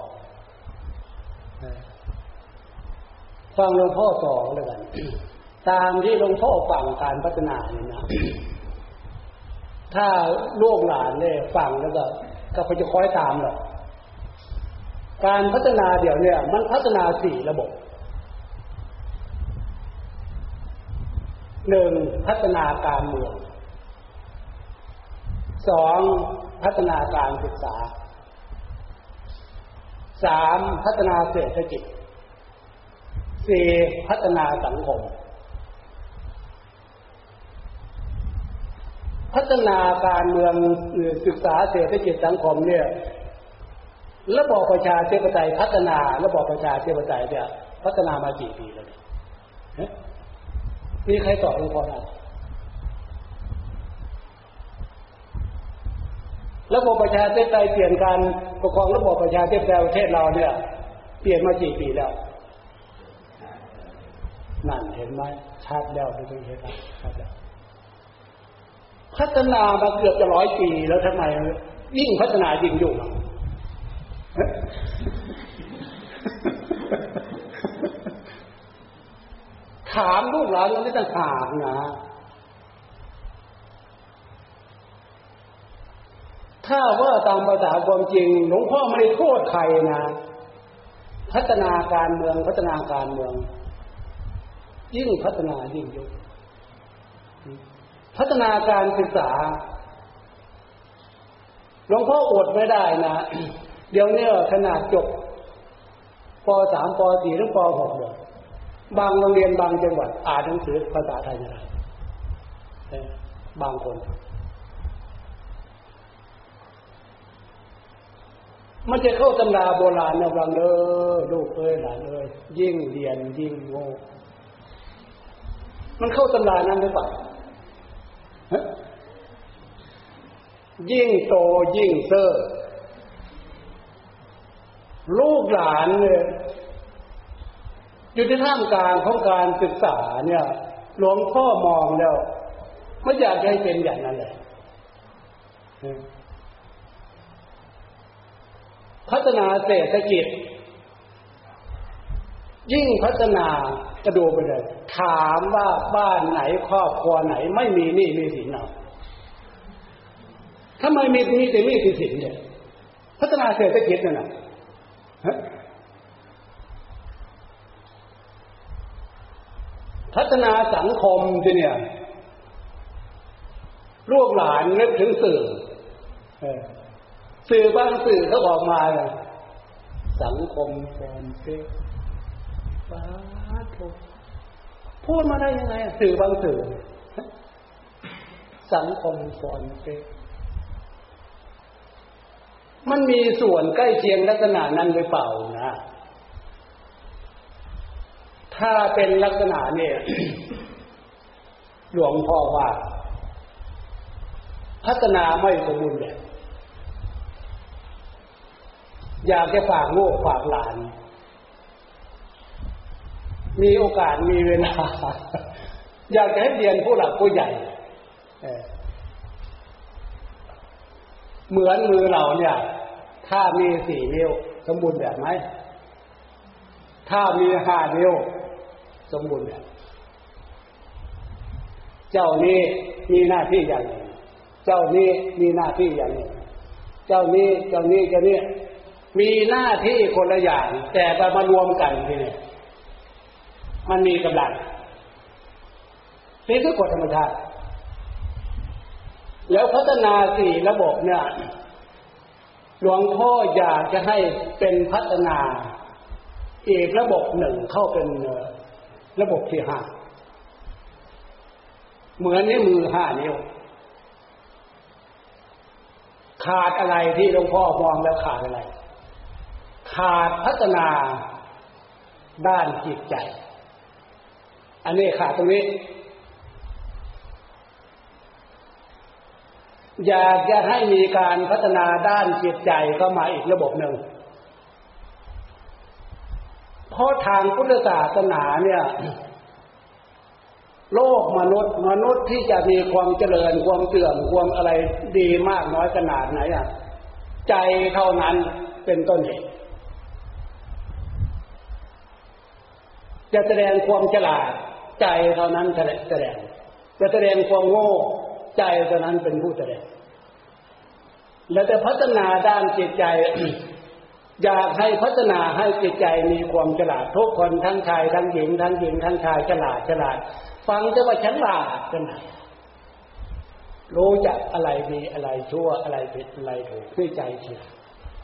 ฟังหลวงพ่อสอนเลยกันตามที่หลวงพ่อฟังการพัฒนาเนี่ยนะถ้าลูกหลานเนี่ยฟังแล้วก็ก็จะคอยตามหรอกการพัฒนาเดี๋ยวเนี่ยมันพัฒนาสี่ระบบหนึ่งพัฒนาการเมืองสองพัฒนาการศึกษาสามพัฒนาเศรษฐกิจสี่พัฒนาสังคมพัฒนาการเมืองศึกษาเศรษฐกิจสังคมเนี่ยระบอบประชาธิปไตยพัฒนาระบอบประชาธิปไตยเนี่ยพัฒนามากี่ปีแล้วเนี่ยมีใครตอบหลวงพ่อได้ระบบประชาธิปไตยเปลี่ยนการปกครองระบบประชาธิปไตยประเทศเราเนี่ยเปลี่ยนมากี่ปีแล้วนั่นเห็นไหมชัดแล้วดูเห็นไหมชัดแล้วพัฒนามาเกือบจะร้อยปีแล้วทำไมยิ่งพัฒนายิ่งยุ่งถามลูกหลานเราไม่ต้องถามนะถ้าว่าตามภาษาความจริงหลวงพ่อไม่ได้โทษใครนะพัฒนาการเมืองพัฒนาการเมืองยิ่งพัฒนายิ่งยุ่งพัฒนาการศึกษาหลวงพ่ออดไม่ได้นะเดี๋ยวนี้ขนาดจบป.สาม ป.สี่ ถึงป.หก เลยบางโรงเรียนบางจังหวัดอ่านหนังสือภาษาไทยไม่ได้บางคนมันจะเข้าตำราโบราณนะวังเด้อลูกเอ้ยหลานเอ้ยยิ่งเรียนยิ่งโง่มันเข้าตำรานั้นหรือเปล่ายิ่งโตยิ่งเซ่อลูกหลานเนี่ยอยู่ในท่ามกลางของการศึกษาเนี่ยหลวงพ่อมองแล้วไม่อยากให้เป็นอย่างนั้นเลยพัฒนาเศรษฐกิจยิ่งพัฒนากระโดดไปเลยถามว่าบ้านไหนครอบครัวไหนไม่มีหนี้มีสินเอาทำไมมีมีแต่หนี้สินเนี่ยพัฒนาเศรษฐกิจนั่นน่ะพัฒนาสังคมทีเนี่ยลูกหลานนึกถึงสื่อสื่อบางสื่อเขาออกมาเลยสังคมแฟนเฟซฟ้าทุกพูดมาได้ยังไงสื่อบางสื่อสังคมแฟนเฟซมันมีส่วนใกล้เคียงลักษณะนั้นหรือเปล่านะถ้าเป็นลักษณะเนี่ย หลวงพ่อว่าพัฒนาไม่สมบูรณ์แบบอยากจะฝากลูกฝากหลานมีโอกาสมีเวลา อยากจะให้เรียนผู้หลักผู้ใหญ่เหมือนมือเราเนี่ยถ้ามีสี่นิ้วสมบูรณ์แบบไหมถ้ามีห้านิ้วสมบูรณ์แบบเจ้านี้มีหน้าที่อย่างหนึ่งเจ้านี้มีหน้าที่อย่างหนึ่งเจ้านี้เจ้านี้เจ้านี้มีหน้าที่คนละอย่างแต่ไปมารวมกันทีนี้มันมีกำลังนี่คือกฎธรรมชาติแล้วพัฒนาสี่ระบบเนี่ยหลวงพ่ออยากจะให้เป็นพัฒนาอีกระบบหนึ่งเข้าเป็นระบบที่ห้าเหมือนนิ้วมือห้านิ้วขาดอะไรที่หลวงพ่อมองแล้วขาดอะไรขาดพัฒนาด้านจิตใจอันนี้ขาดตรงนี้อยากจะให้มีการพัฒนาด้านจิตใจเข้ามาอีกระบบหนึ่งเพราะทางพุทธศาสนาเนี่ยโลกมนุษย์มนุษย์ที่จะมีความเจริญความเสื่อมความอะไรดีมากน้อยขนาดไหนอ่ะใจเท่านั้นเป็นต้นเหตุจะแสดงความฉลาดใจเท่านั้นแสดงจะแสดงความโง่ใจเท่านั้นเป็นผู้แสดงและจะพัฒนาด้านจิตใจ อยากให้พัฒนาให้จิตใจมีความฉลาดทุกคนทั้งชายทั้งหญิงทั้งหญิงทั้งชายฉลาดฉลาดฟังจะว่าฉลาดกันไหนรู้จักอะไรดีอะไรชั่วอะไรผิดอะไรถูกด้วยใจฉลาด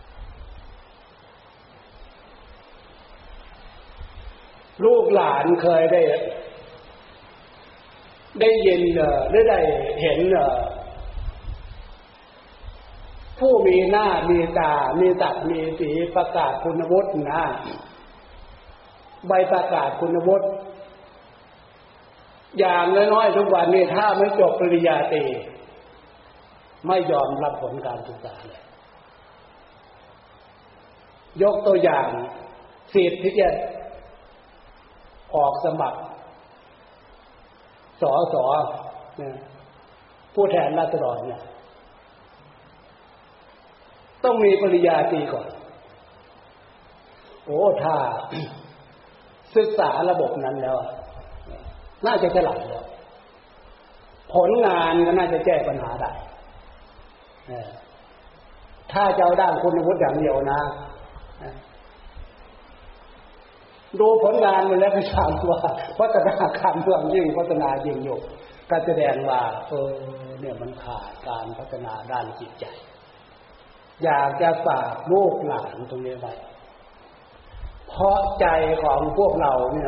ลูกหลานเคยได้ได้ยินหรือได้เห็นผู้มีหน้ามีตามีตัดมีสีประกาศคุณวุฒินะใบประกาศคุณวุฒิอย่างน้อยๆทุกวันนี้ถ้าไม่จบปริญญาตรีไม่ยอมรับผลการศึกษาเลยยกตัวอย่างสิทธิ์ที่จะออกสมัครสอสอเนี่ยผู้แทนราษฎรเนี่ยต้องมีปริญญาตรีก่อนโอ้ถ้าศึกษาระบบนั้นแล้วน่าจะฉลาดแล้วผลงานก็น่าจะแก้ปัญหาได้ถ้าจะเอาด้านคุณวุฒิอย่างเดียวนะดูผลงานมันแล้วก็ทราบว่าพัฒนาการเมืองยิ่งพัฒนายิ่งอยู่ก็แสดงว่าเออเนี่ยมันขาดการพัฒนาด้านจิตใจอยากจะฝากลูกหลานตรงนี้ไว้เพราะใจของพวกเราเนี่ย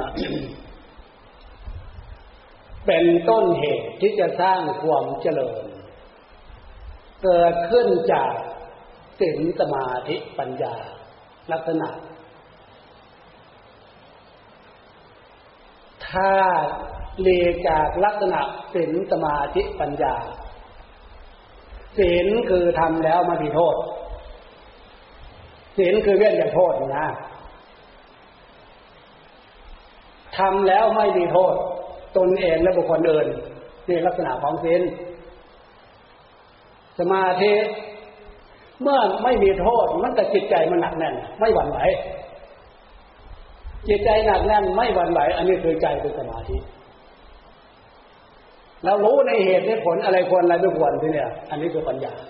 เป็นต้นเหตุที่จะสร้างความเจริญเกิดขึ้นจากศีลสมาธิปัญญาลักษณะถ้าเลีจากลักษณะศีลสมาธิปัญญาศีลคือทำแล้วไม่มีโทษศีลคือเว้นจากโทษนะทำแล้วไม่มีโทษตนเองและบุคคลอื่นนี่ลักษณะของศีลสมาธิเมื่อไม่มีโทษมันแต่จิตใจมันหนักแน่นไม่หวั่นไหวจิตใจหนักแน่นไม่หวั่นไหวอันนี้คือใจเป็นสมาธิเรารู้ในเหตุในผลอะไรควรอะไรไม่ควรที่เนี่ยอันนี้คือปัญญา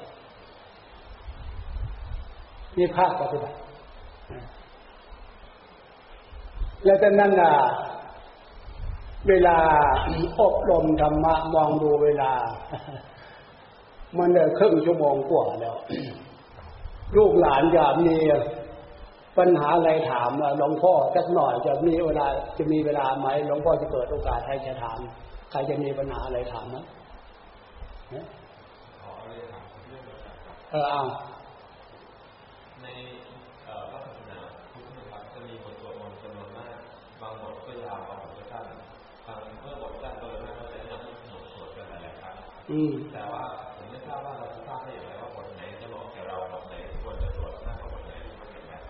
นี่ภาคปฏิบัติแล้วจากนั้นน่ะเวลาอบรมธรรมะมองดูเวลามันได้ครึ่งชั่วโมงกว่าแล้วลูกหลานจะมีปัญหาอะไรถามหลวงพ่อสักหน่อยจะมีเวลาจะมีเวลาไหมหลวงพ่อจะเปิดโอกาสให้จะถามใครจะมีปัญหาอะไรถามมั้ยเออเอาในพระศาสนาพุทธนะครับจะมีบทสวดมนต์จำนวนมากบางบทก็ยาวบางบทก็สั้นบางเมื่อบทสั้นโดยมากก็จะนำให้สวดสวดกันหลายๆครั้งแต่ว่าผมไม่ทราบว่าเราจะทราบได้อย่างไรว่าบทไหนจะเหมาะแก่เราบทไหนควรจะสวดมากกว่าบทไหนมันเป็นแบบ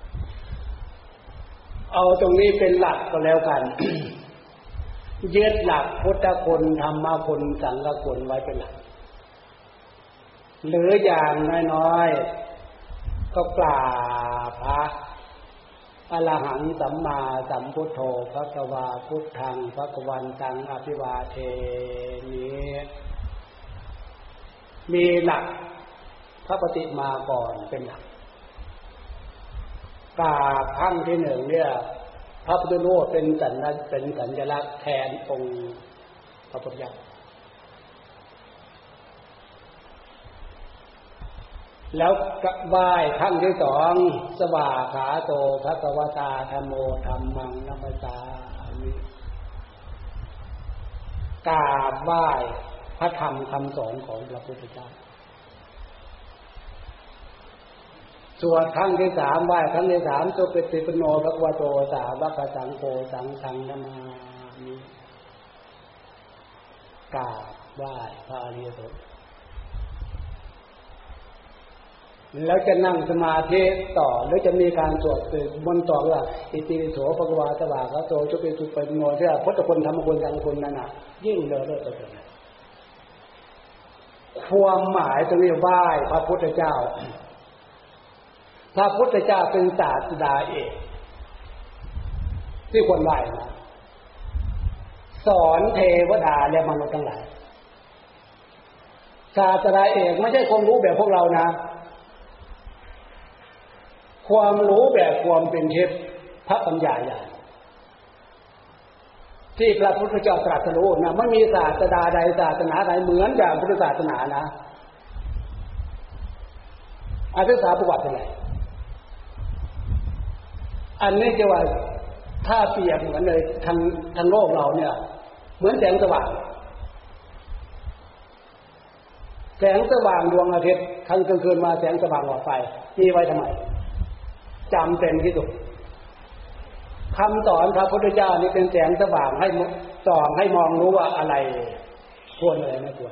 เอาตรงนี้เป็นหลักก็แล้วกัน ยึดหลักพุทธคุณธรรมคุณสังฆคุณไว้เป็นหลักหรืออย่างน้อยๆก็กราบพระอรหันต์สัมมาสัมพุทโธภควาพุทธังภควันตังอภิวาเทนี้มีหลักพระปฏิมาก่อนเป็นหลักกราบครั้งที่หนึ่งเนี่ยพระพุทธรูปเป็นสัญลักษณ์เป็นสัญลักษณ์แทนองค์พระพุทธเจ้าแล้วไหว้ครั้งที่สองสวากขาโตภควตาธัมโมธัมมังนัมสสามิกราบไหว้พระธรรมคำสอนของพระพุทธเจ้าส่วนครั้งที่สามไหว้ครั้งที่สามสุปฏิปันโนภควโตสาวกสังโฆสังฆังนามามิกราบไหว้พระอริยสงฆ์แล้วจะนั่งสมาธิต่อหรือจะมีการสวดมนต์ต่อว่าอิติปิโสภควาสวากขาโตสุปฏิปันโนที่ว่าพุทธคุณธรรมคุณสังฆคุณนั่นน่ะยิ่งเลอเลิศไปเลยความหมายตรงนี้ไหว้พระพุทธเจ้าพระพุทธเจ้าเป็นศาสดาเอกที่ควรไหว้นะสอนเทวดาและมนุษย์ทั้งหลายศาสดาเอกไม่ใช่ความรู้แบบพวกเรานะความรู้แบบความเป็นเทพพระปัญญาญาณที่พระพุทธเจ้าตรัสรู้นะไม่มีศาสดาใดศาสนาใดเหมือนอย่างพุทธศาสนานะอาศึกษาประวัติอะไรอันนี้จะว่าถ้าเปรียบเหมือนเลยทางทางโลกเราเนี่ยเหมือนแสงสว่างแสงสว่างดวงอาทิตย์กลางคืนมาแสงสว่างหลอดไฟมีไว้ทำไมจำเป็นที่สุดคำสอนพระพุทธเจ้านี่เป็นแสงสว่างให้ส่องให้มองรู้ว่าอะไรควรอะไรไม่ควร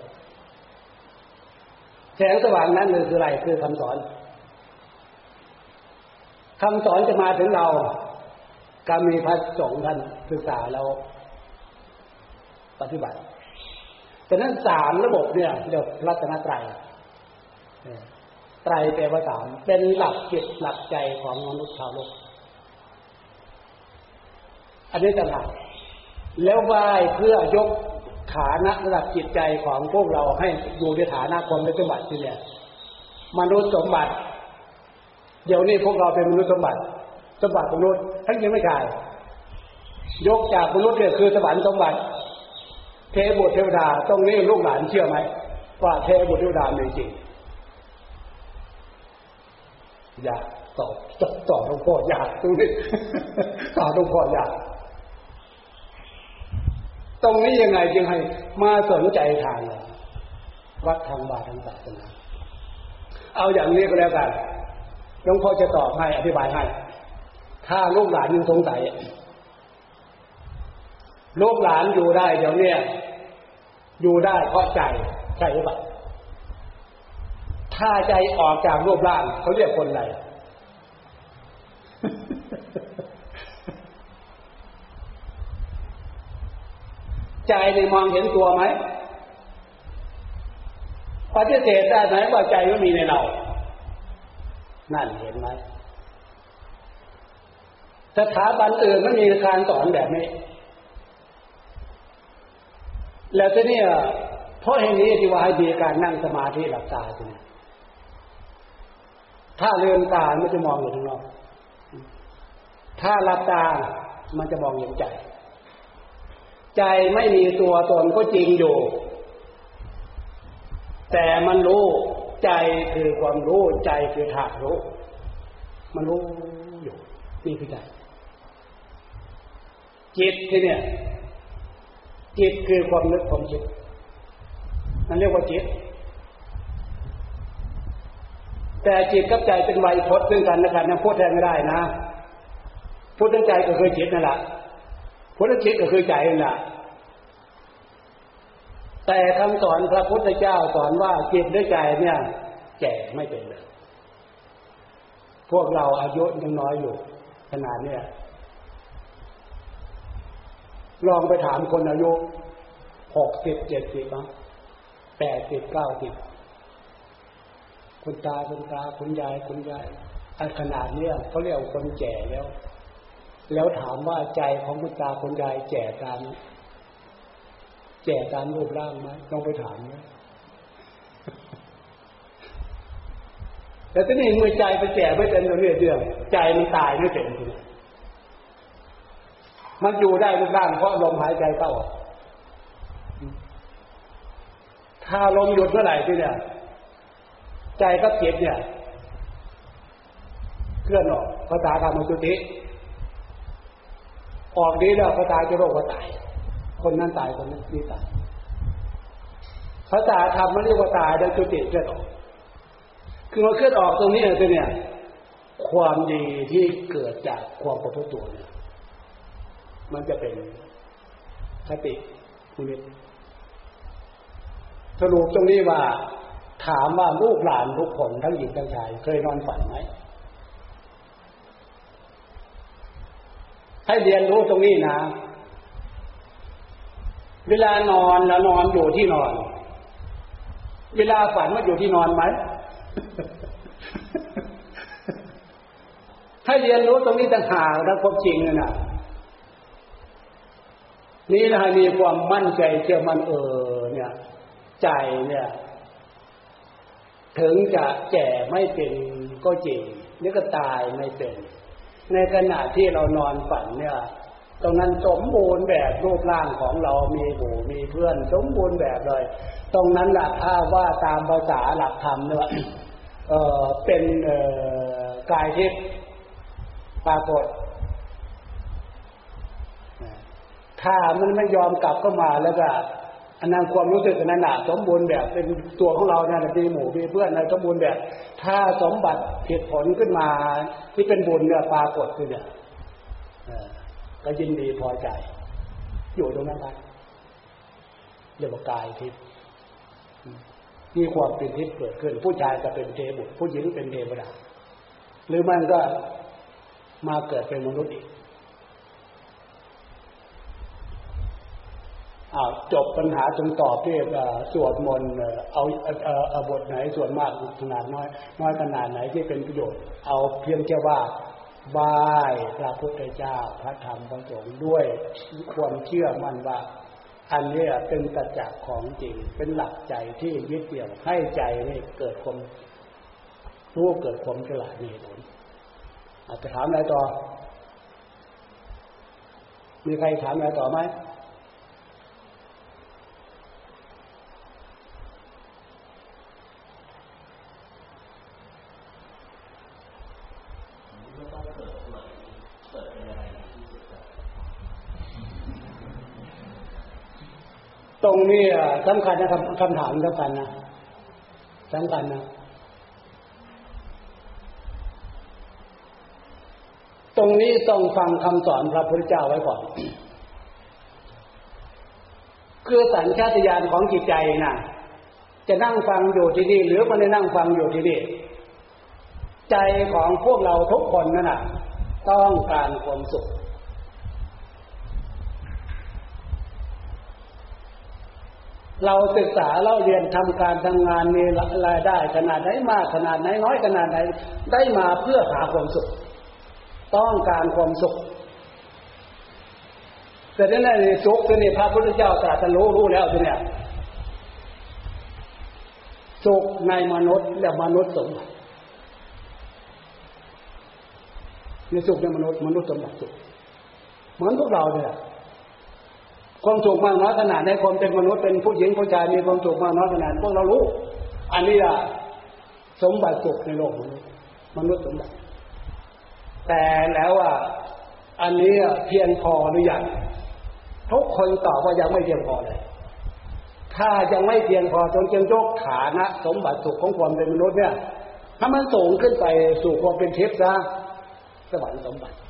แสงสว่างนั้นคืออะไรคือคำสอนคำสอนจะมาถึงเราการมีพระสงฆ์ท่านศึกษาแล้วปฏิบัติฉะนั้นสามระบบเนี่ยเรียกรัตนตรัยไตรแปลว่าสามเป็นหลักจิตหลักใจของมนุษย์ชาวโลกอันนี้ต่างหากแล้วไหว้เพื่อยกฐานะระดับจิตใจของพวกเราให้อยู่ในฐานะคนสมบัติที่เนี่ยมนุษย์สมบัติเดี๋ยวนี้พวกเราเป็นมนุษย์สมบัติสมบัติมนุษย์ทั้งยังไม่ใช่ยกจากมนุษย์เนี่ยคือสวรรค์สมบัติเทบุตรเทวดาต้องนี้ลูกหลานเชื่อไหมว่าเทบุตรเทวดามีจริงอยากตอบตอบหลวงพ่ออยากตรงนี้ตอบหลวงพ่ออยากตรงนี้ยังไงจึงให้มาสนใจทางวัดทางบาททางศาสนาเอาอย่างนี้ก็แล้วกันหลวงพ่อจะตอบให้อธิบายให้ถ้าลูกหลานยังสงสัยลูกหลานอยู่ได้เดี๋ยวนี้อยู่ได้เพราะใจใช่หรือเปล่าถ้าใจออกจากรูปร่างเขาเรียกคนอะไรใจในมองเห็นตัวไหมปฏิเสธได้ไหมว่าใจไม่มีในเรานั่นเห็นไหมสถาบันอื่นไม่มีการสอนแบบนี้แล้วทีนี้เพราะเหตุนี้ที่ว่าให้มีการนั่งสมาธิหลับตาทีนี้ถ้าลืมตามันจะมองอยู่ข้างนอกถ้าหลับตามันจะมองเห็นใจใจไม่มีตัวตนก็จริงอยู่แต่มันรู้ใจคือความรู้ใจคือธาตุรู้มันรู้อยู่นี่คือใจจิตที่เนี่ยจิตคือความนึกความคิดมันเรียกว่าจิตแต่จิตกับใจเป็นไวยพจน์ซึ่งกันและกันนะพูดแทนไม่ได้นะพูดถึงใจก็คือจิตนั่นแหละพูดถึงจิตก็คือใจนั่นแหละแต่คำสอนพระพุทธเจ้าสอนว่าจิตด้วยใจเนี่ยแก่ไม่เป็นเลยพวกเราอายุยังน้อยอยู่ขนาดเนี้ยลองไปถามคนอายุหกสิบเจ็ดสิบนะแปดสิบเก้าสิบคุณตาคุณตาคุณยายคุณยายอันขนาดเนี้ยเขาเรียกคนแก่แล้วแล้วถามว่าใจของคุณตาคุณยายแก่ตามแก่ตามรูปร่างไหมต้องไปถามนะแต่ทีนี้เมื่อใจไปแก่ไม่เป็นเรื่องเรื่องใจมันตายไม่เป็นทีนี้มันอยู่ได้รูปร่างเพราะลมหายใจเข้าออกถ้าลมหยุดเมื่อไหร่ที่เนี่ยใจกับจิตเนี่ยเคลื่อนออกภาษาธรรมสุติออกดีแล้วภาษาจะโรคว่าตายคนนั้นตายคนนั้นนี่ตายภาษาธรรมมันเรียกว่าตายแล้วจุติเคลื่อนออกคือมันเคลื่อนออกตรงนี้คือเนี่ยความดีที่เกิดจากความประพฤติตัวเนี่ยมันจะเป็นคติภูมิสรุปตรงนี้ว่าถามว่าลูกหลานทุกคนทั้งหญิงทั้งชายเคยนอนฝันไหมให้เรียนรู้ตรงนี้นะเวลานอนแล้วนอนอยู่ที่นอนเวลาฝันว่าอยู่ที่นอนไหม ให้เรียนรู้ตรงนี้ต่างหากนะความจริงนะนี่นะมีความมั่นใจเชื่อมั่นเออเนี่ยใจเนี่ยถึงจะแก่ไม่เป็นก็จริงนี่ก็ตายไม่เป็นในขณะที่เรานอนฝันเนี่ยตรงนั้นสมบูรณ์แบบรูปร่างของเรามีหมู่มีเพื่อนสมบูรณ์แบบเลยตรงนั้นแหละถ้าว่าตามภาษาหลักธรรมเนี่ยเออเป็นเอ่อกายทิพย์ปรากฏถ้ามันไม่ยอมกลับเข้ามาแล้วก็อันนั้นความรู้สึกนั้นน่ะสมบูรณ์แบบเป็นตัวของเราเนี่ยมีหมู่มีเพื่อนในสมบูรณ์แบบถ้าสมบัติผิดผลขึ้นมาที่เป็นบุญเนี่ยปรากฏขึ้นเนี่ยก็ยินดีพอใจอยู่ตรงนั้นได้เรียกว่ากายทิพย์มีความเป็นทิพย์เกิดขึ้นผู้ชายจะเป็นเทบุตรผู้หญิงเป็นเทวดาหรือมันก็มาเกิดเป็นมนุษย์อีกอ้าวจบปัญหาจงตอบที่สวดมนต์เอาเอาบทไหนส่วนมากขนาดน้อยน้อยขนาดไหนที่เป็นประโยชน์เอาเพียงแค่ว่าไหว้พระพุทธเจ้าพระธรรมพระสงฆ์ด้วยความเชื่อมั่นว่าอันนี้เป็นสัจจะของจริงเป็นหลักใจที่ยึดเหนี่ยวให้ใจนี่เกิดความรู้เกิดความฉลาดมีเหตุผลอาจจะถามอะไรต่อมีใครถามอะไรต่อไหมตรงนี้สำคัญนะคำคำถามสำคัญนะสำคัญนะตรงนี้ต้องฟังคำสอนพระพุทธเจ้าไว้ก่อนคือสัญชาตญาณของจิตใจน่ะจะนั่งฟังอยู่ที่นี่หรือไม่ได้นั่งฟังอยู่ที่นี่ใจของพวกเราทุกคนนั่นน่ะต้องการความสุขเราศึกษาเราเรียนทำการทำงานมีรายได้ขนาดไหนมากขนาดไหนน้อยขนาดไหนได้มาเพื่อหาความสุขต้องการความสุขแต่ในในสุขที่นี่พระพุทธเจ้าตรัสรู้รู้แล้วทีเนี่ยสุขในมนุษย์และมนุษย์สมบัติในสุขในมนุษย์มนุษย์สมบัติสุขเหมือนพวกเราเนี่ยความสุขมากน้อยขนาดไหนคนเป็นมนุษย์เป็นผู้หญิงผู้ชายมีความสุขมากน้อยขนาดพวกเรารู้อันนี้อะสมบัติสุขในโลกมนุษย์มนุษย์สมบัติแต่แล้วอ่ะอันนี้เพียงพอหรือยังทุกคนตอบว่ายังไม่เพียงพอเลยถ้ายังไม่เพียงพอจนจึงยกฐานะสมบัติสุขของความเป็นมนุษย์เนี่ยถ้ามันสูงขึ้นไปสู่ความเป็นเทพซะสวรรค์สมบัติ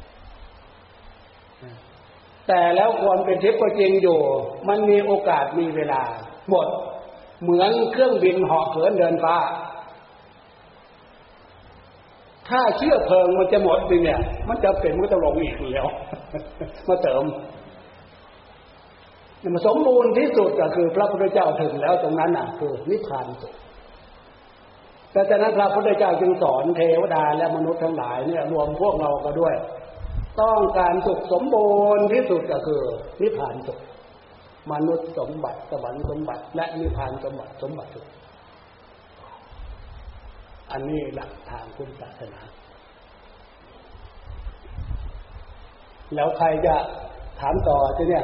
แต่แล้วความเป็นทิพย์ก็จริงอยู่มันมีโอกาสมีเวลาหมดเหมือนเครื่องบินเหาะเหินเดินฟ้าถ้าเชื้อเพลิงมันจะหมดไปเนี่ยมันจะเป็นมันก็จะลงอีกแล้วมาเติมมันสมบูรณ์ที่สุดก็คือพระพุทธเจ้าถึงแล้วตรงนั้นน่ะคือนิพพานสุดแต่จากนั้นพระพุทธเจ้าจึงสอนเทวดาและมนุษย์ทั้งหลายเนี่ยรวมพวกเราก็ด้วยต้องการสุขสมบูรณ์ที่สุดก็คือนิพพานสุขมนุษย์สมบัติสวรรค์สมบัติและนิพพานสมบัติสมบัติสุขอันนี้หลักทางพุทธศาสนาแล้วใครจะถามต่อทีเนี่ย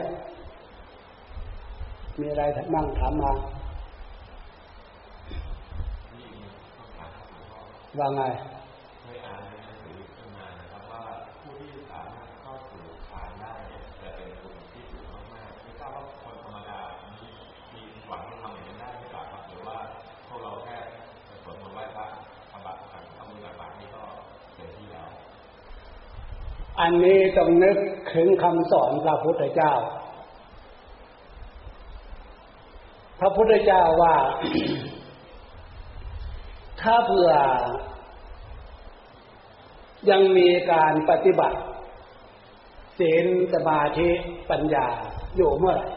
มีอะไรนั่งถามมาว่าไงอันนี้ต้องนึกถึงคำสอนพระพุทธเจ้าพระพุทธเจ้าว่า ถ้าเผื่อยังมีการปฏิบัติศีลสมาธิปัญญาอยู่เมื่อไหร่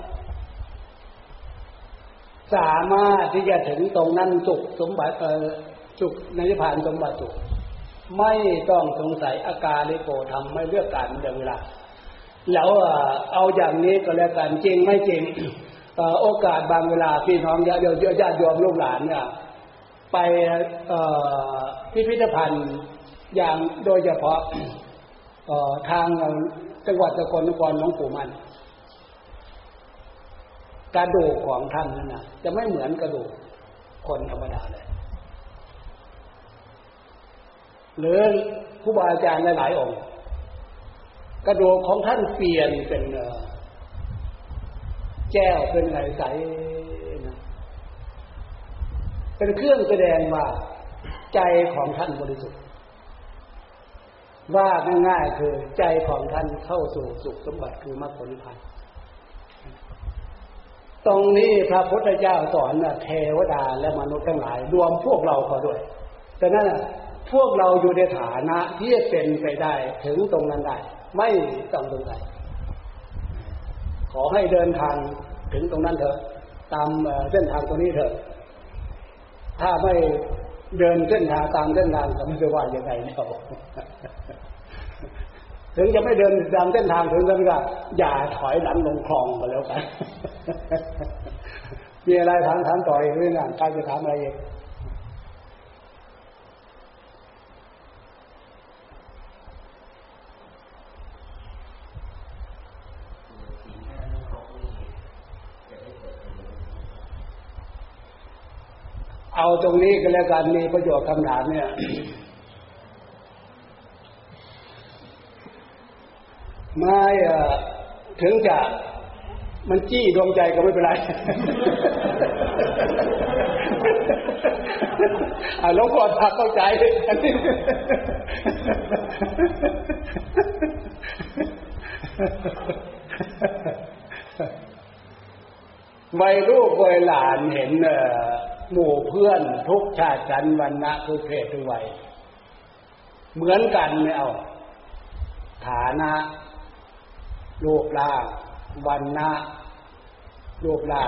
สามารถที่จะถึงตรงนั้นสุขสมบัติเอ่อสุขในนิพพานสมบัติสุขไม่ต้องสงสัยอาการลิโกทำไม่เลือกการเรื่องเวลาแล้วเอาอย่างนี้ก็แล้วกันจริงไม่จริงโอกาสบางเวลาพี่น้องญาติญาติโยมลูกหลานเนี่ยไปพิพิธภัณฑ์อย่างโดยเฉพาะทางจังหวัดสกลนครหลวงปู่มั่นกระดูกของท่านนั่นน่ะจะไม่เหมือนกระดูกคนธรรมดาเลยหรือครูบาอาจารย์หลายๆองค์กระดูกของท่านเปลี่ยนเป็นแก้วเป็นไหลใสนะเป็นเครื่องแสดงว่าใจของท่านบริสุทธิ์ว่าง่ายๆคือใจของท่านเข้าสู่สุขสมบัติคือมรรคผลนิพพานตรงนี้พระพุทธเจ้าสอนนะเทวดาและมนุษย์ทั้งหลายรวมพวกเราก็ด้วยแต่นั้นพวกเราอยู่ในฐานะที่จะเป็นไปได้ถึงตรงนั้นได้ไม่ต้องสงสัยขอให้เดินทางถึงตรงนั้นเถอะตามเส้นทางตรงนี้เถอะถ้าไม่เดินเส้นทางตามเส้นทางจะไม่รู้ว่ายังไงเราถึงจะไม่เดินตามเส้นทางถึงนั้นก็อย่าถอยหลังลงคลองก็แล้วกันมีอะไรถามถามต่ออีกเรื่องนั้นใครจะถามอะไรอีกเอาตรงนี้ก็แล้วกันมีประโยชน์คำถามเนี่ยไม่ถึงจะมันจี้ดวงใจก็ไม่เป็นไรอ่าหลวงพ่อถ้าเข้าใจอันนี้วัยลูกวัยหลานเห็นหมู่เพื่อนทุกชาติชั้นวรรณะทุกเพศทุกวัยเหมือนกันไม่เอาฐานะรูปร่างวรรณะรูปร่าง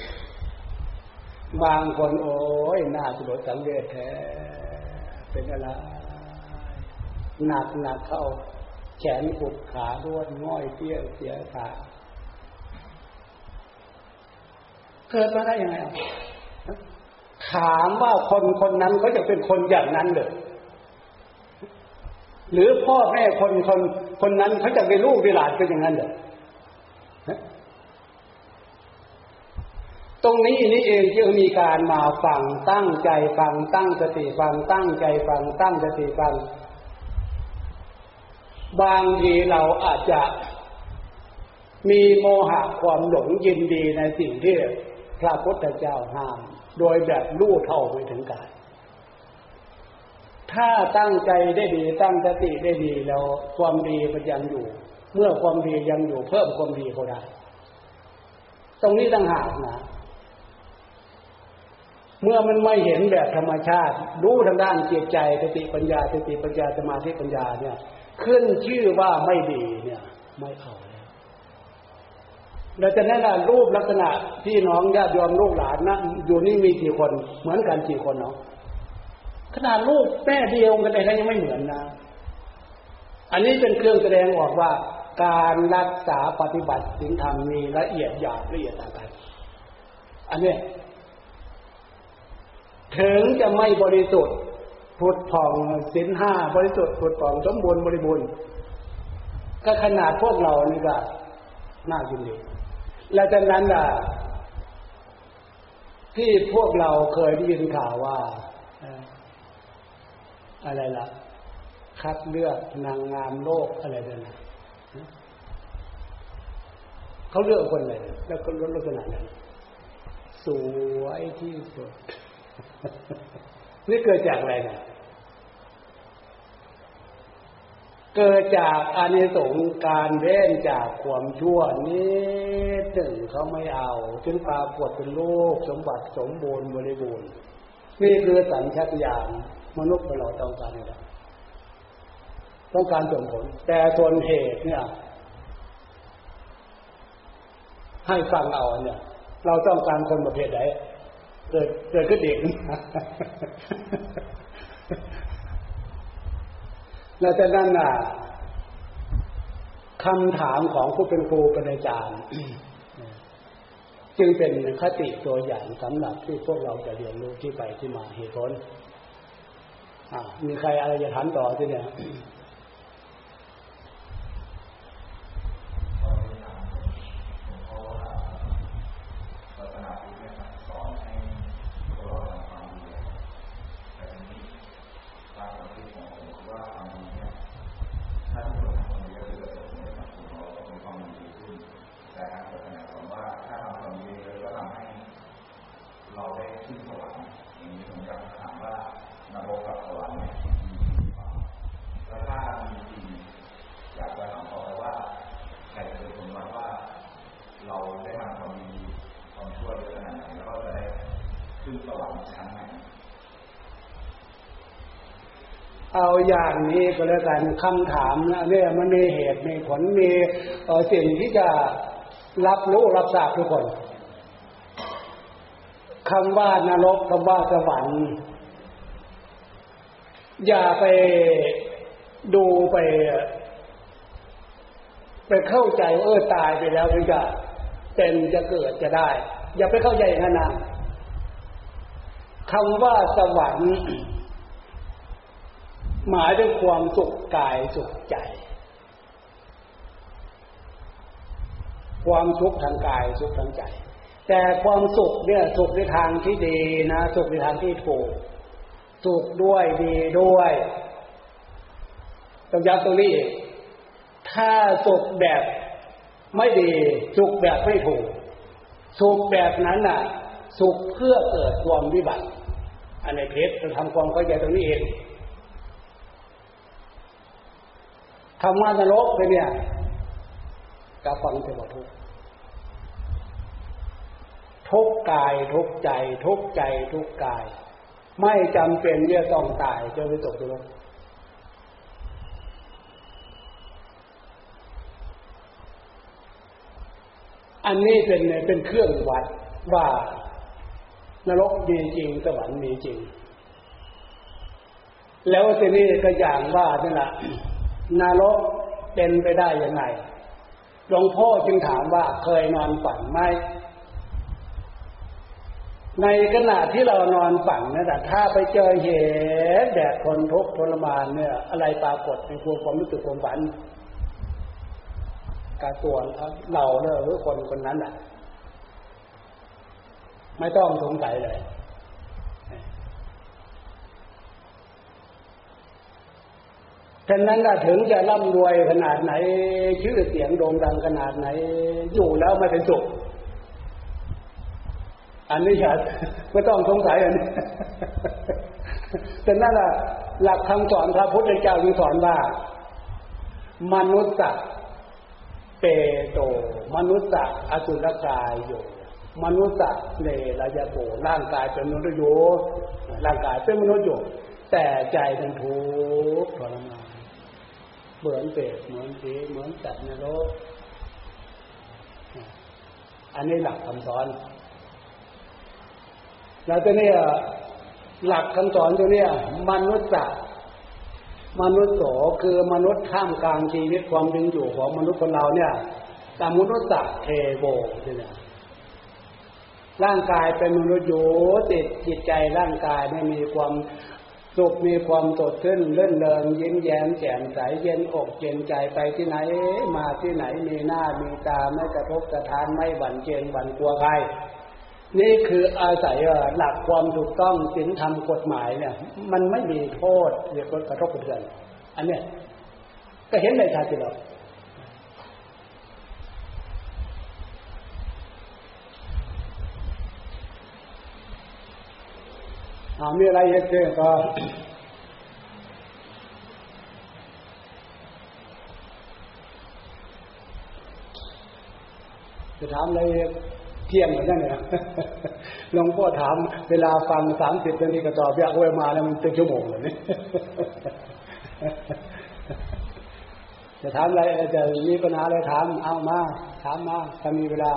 บางคนโอ้ยน่าสลดสังเวชแท้เป็นอะไรหนักหนักเข้าแขนกุดขาด้วนง่อยเตี้ยเสียขาเกิดมาได้ยังไงถามว่าคนคนนั้นเขาจะเป็นคนอย่างนั้นเลยหรือพ่อแม่คนคนคนนั้นเขาจะเป็นลูกเป็นหลานเป็นอย่างนั้นเลยตรงนี้นี่เองที่มีการมาฟังตั้งใจฟังตั้งสติฟังตั้งใจฟังตั้งสติฟังบางทีเราอาจจะมีโมหะความหลงยินดีในสิ่งที่พระพุทธเจ้าห้ามโดยแบบรู้เท่าไม่ถึงการถ้าตั้งใจได้ดีตั้งสติได้ดีแล้วความดีมันยังอยู่เมื่อความดียังอยู่เพิ่มความดีเขาได้ตรงนี้ต่างหากนะเมื่อมันไม่เห็นแบบธรรมชาติรู้ทางด้านจิตใจสติปัญญาสติปัญญาสมาธิปัญญาเนี่ยขึ้นชื่อว่าไม่ดีเนี่ยไม่เอาแล้วเราจะแนะนำรูปลักษณะพี่น้องญาติโยมลูกหลานนะอยู่นี่มีกี่คนเหมือนกันกี่คนเนาะขนาดลูกแม่เดียวกันแต่ยังไม่เหมือนนะอันนี้เป็นเครื่องแสดงออกว่าการรักษาปฏิบัติศีลธรรมมีละเอียดหยาบละเอียดต่างกันอันนี้ถึงจะไม่บริสุทธิ์ผุดผ่องศีลห้าบริสุทธิ์ผุดผ่องสมบูรณ์บริบูรณ์ก็ขนาดพวกเรานี่ก็น่ายินดีและจากนั้นล่ะที่พวกเราเคยได้ยินข่าวว่าอะไรล่ะคัดเลือกนางงามโลกอะไรนั่นนะเขาเลือกคนอะไรแล้วก็ลดลักษณะนั้นสวยที่สุดนี่เกิดจากอะไรนะเกิดจากอานิสงส์การเว้นจากความชั่วนี้ถึงเขาไม่เอาจึงปรากฏเป็นโลกสมบัติสมบูรณ์บริบูรณ์นี่คือสัญชาตญาณมนุษย์เราต้องการอะไรต้องการส่วนผลแต่ส่วนเหตุเนี่ยให้ฟังเอาเนี่ยเราต้องการคนประเภทไหนเกิดเกิดขึ้นเด็กแล้วจากนั้นน่ะคำถามของผู้เป็นครูเป็นอาจารย์จึงเป็นคติตัวอย่างสำหรับที่พวกเราจะเรียนรู้ที่ไปที่มาเหตุผลอ่ามีใครอะไรจะถามต่อที่เนี่ยเอาอย่างนี้ก็แล้วกันคำถามนะเนี่ยมันมีเหตุมีผลมีเอ่อสิ่งที่จะรับรู้รับทราบทุกคนคำว่านรกคำว่าสวรรค์อย่าไปดูไปไปเข้าใจเออตายไปแล้วถึงจะเป็นจะเกิดจะได้อย่าไปเข้าใจอย่างนั้นนะคำว่าสวรรค์หมายถึงความสุขกายสุขใจความสุขทางกายสุขทางใจแต่ความสุขเนี่ยสุขในทางที่ดีนะสุขในทางที่ถูกสุขด้วยดีด้วยต้องย้ำตรงนี้เองถ้าสุขแบบไม่ดีสุขแบบไม่ถูกสุขแบบนั้นน่ะสุขเพื่อเกิดความวิบัติอันไหนผิดจะทำความเข้าใจตรงนี้เองคำว่านรกเลยเนี่ยกาฟังจะบอกทุกทุกกายทุกใจทุกใจทุกกายไม่จำเป็นที่จะต้องตายจะไปตกนรกอันนี้เป็นเป็นเครื่องวัดว่านรกมีจริงสวรรค์มีจริงแล้วทีนี้ก็อย่างว่านี่แหละนรกเป็นไปได้ยังไงหลวงพ่อจึงถามว่าเคยนอนฝันไหมในขณะที่เรานอนฝันเนี่ยแต่ถ้าไปเจอเหตุแดดทนทุกข์ทรมานเนี่ยอะไรปรากฏในความรู้สึกความฝันการตัวเราเนี่ยหรือคนคนนั้นน่ะไม่ต้องสงสัยเลยฉะนั้นถึงจะร่ำรวยขนาดไหนชื่อเสียงโด่งดังขนาดไหนอยู่แล้วไม่เป็นสุขอันนี้อย่าไม่ต้องสงสัยอันนี้ฉะนั้นล่ะหลักคำสอนพระพุทธเจ้าสอนว่ามนุษย์เปโตมนุษย์อสุรกายโยมนุษย์เนรยโกร่างกายเป็นมนุษย์อยู่ร่างกายเป็นมนุษย์อยู่แต่ใจเป็นทุกข์ทรมานเหมือนเปรตเหมือนผีเหมือนสัตว์นรกอันนี้หลักคำสอนแล้วตัวนี้หลักคำสอนตัวนี้มนุษย์มนุษย์โสคือมนุษย์ท่ามกลางชีวิตความเป็นอยู่ของมนุษย์คนเราเนี่ยตามมนุษย์เทโวเนี่ยร่างกายเป็นมนุษย์อยู่ติดจิตใจร่างกายไม่มีความสุขมีความสดชื่นเลื่อนเริงยิ้มแย้มแจ่มใสเย็นอกเย็นใจไปที่ไหนมาที่ไหนมีหน้ามีตาไม่กระทบกระทานไม่หวั่นเกรงหวั่นกลัวใครนี่คืออาศัยหลักความถูกต้องศีลธรรมกฎหมายเนี่ยมันไม่มีโทษเรียกว่ากระทบกระเทือนอันเนี้ยก็เห็นได้ชัดทีเดียวอ่ามีอะไรอีกเนี่ยก็จะถามอะไรเที่ยงเหมือนกันเนี่ยหลวงพ่อถามเวลาฟังสามสิบนาทีก็ตอบยากเว้ยมาแล้วมันเป็นชั่วโมงเลยเนี่ยจะถามอะไรจะมีปัญหาอะไรถามเอามาถามมาถ้ามีเวลา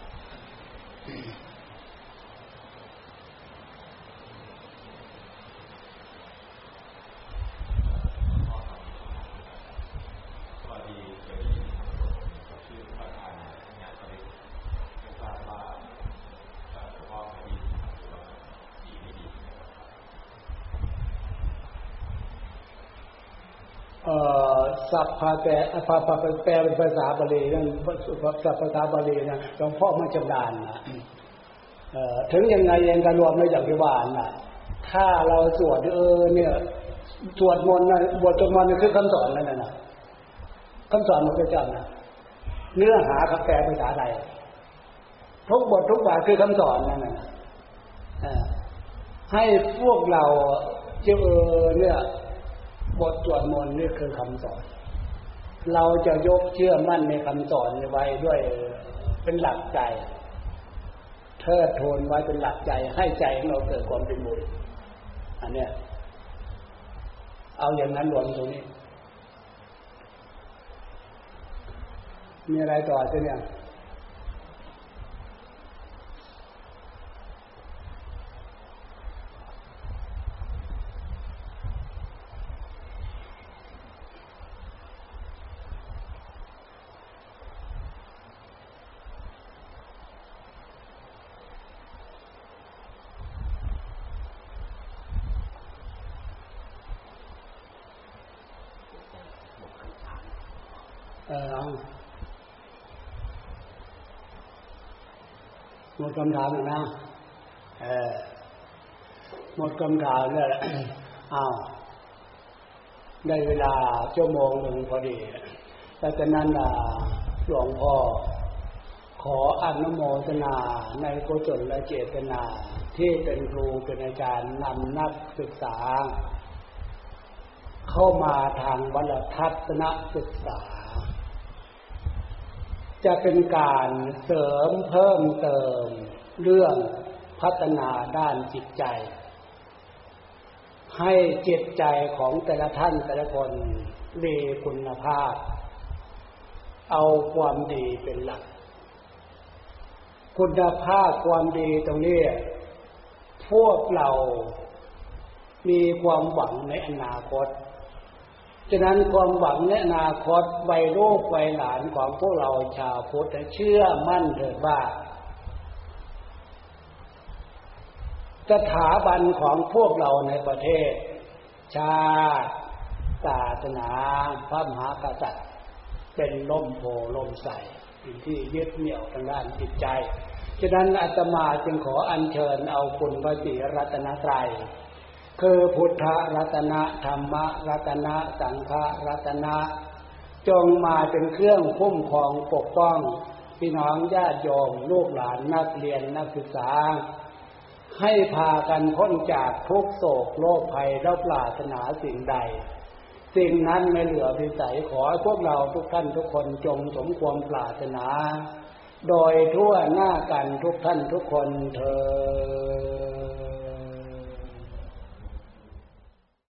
สัพพะแปลภาษาแปลเป็นภาษาบาลีนั่นสัพภาษาบาลีนะหลวงพ่อไม่ชำนาญนะถึงยังไงเองก็รวมในอย่างที่ว่านะถ้าเราสวดเออเนี่ยสวดมนต์นะบทสวดมนต์นี่คือคำสอนนั่นน่ะคำสอนของพระเจ้านะเนื้อหาคำแปลภาษาใดทุกบททุกบาทคือคำสอนนั่นน่ะให้พวกเราเจอเนี่ยบทสวดมนต์นี่คือคำสอนเราจะยกเชื่อมั่นในคำสอนไว้ด้วยเป็นหลักใจเทิดทูนไว้เป็นหลักใจให้ใจของเราเกิดความเป็นบุญอันเนี้ยเอาอย่างนั้นรวมตรงนี้มีอะไรต่อจะเนี่ยเออเอาหมดคำถามแล้วนะเออหมดคำถามแล้วอ้าวได้เวลาชั่วโมงหนึ่งพอดีแต่จากนั้นหลวงพ่อขออนุโมทนาในกุศลและเจตนาที่เป็นครูเป็นอาจารย์นำนักศึกษาเข้ามาทางวรทัศนศึกษาจะเป็นการเสริมเพิ่มเติมเรื่องพัฒนาด้านจิตใจให้จิตใจของแต่ละท่านแต่ละคนมีคุณภาพเอาความดีเป็นหลักคุณภาพความดีตรงนี้พวกเรามีความหวังในอนาคตฉะนั้นความหวังในอนาคตวัยลูกวัยหลานของพวกเราชาวพุทธเชื่อมั่นเถิดว่าสถาบันของพวกเราในประเทศชาติศาสนาพระมหากษัตริย์เป็นล่มโพล่มใสเป็นที่ยึดเหนี่ยวทางด้านจิตใจฉะนั้นอาตมาจึงขออัญเชิญเอาคุณพระศรีรัตนตรัยคือพุทธรัตนะธรรมรัตนะสังฆรัตนะจงมาเป็นเครื่องคุ้มครองปกป้องพี่น้องญาติโยมลูกหลานนักเรียนนักศึกษาให้พากันพ้นจากทุกโศกโรคภัยและปรารถนาสิ่งใดสิ่งนั้นไม่เหลือวิสัยขอให้พวกเราทุกท่านทุกคนจงสมความปรารถนาโดยทั่วหน้ากันทุกท่านทุกคนเทอญ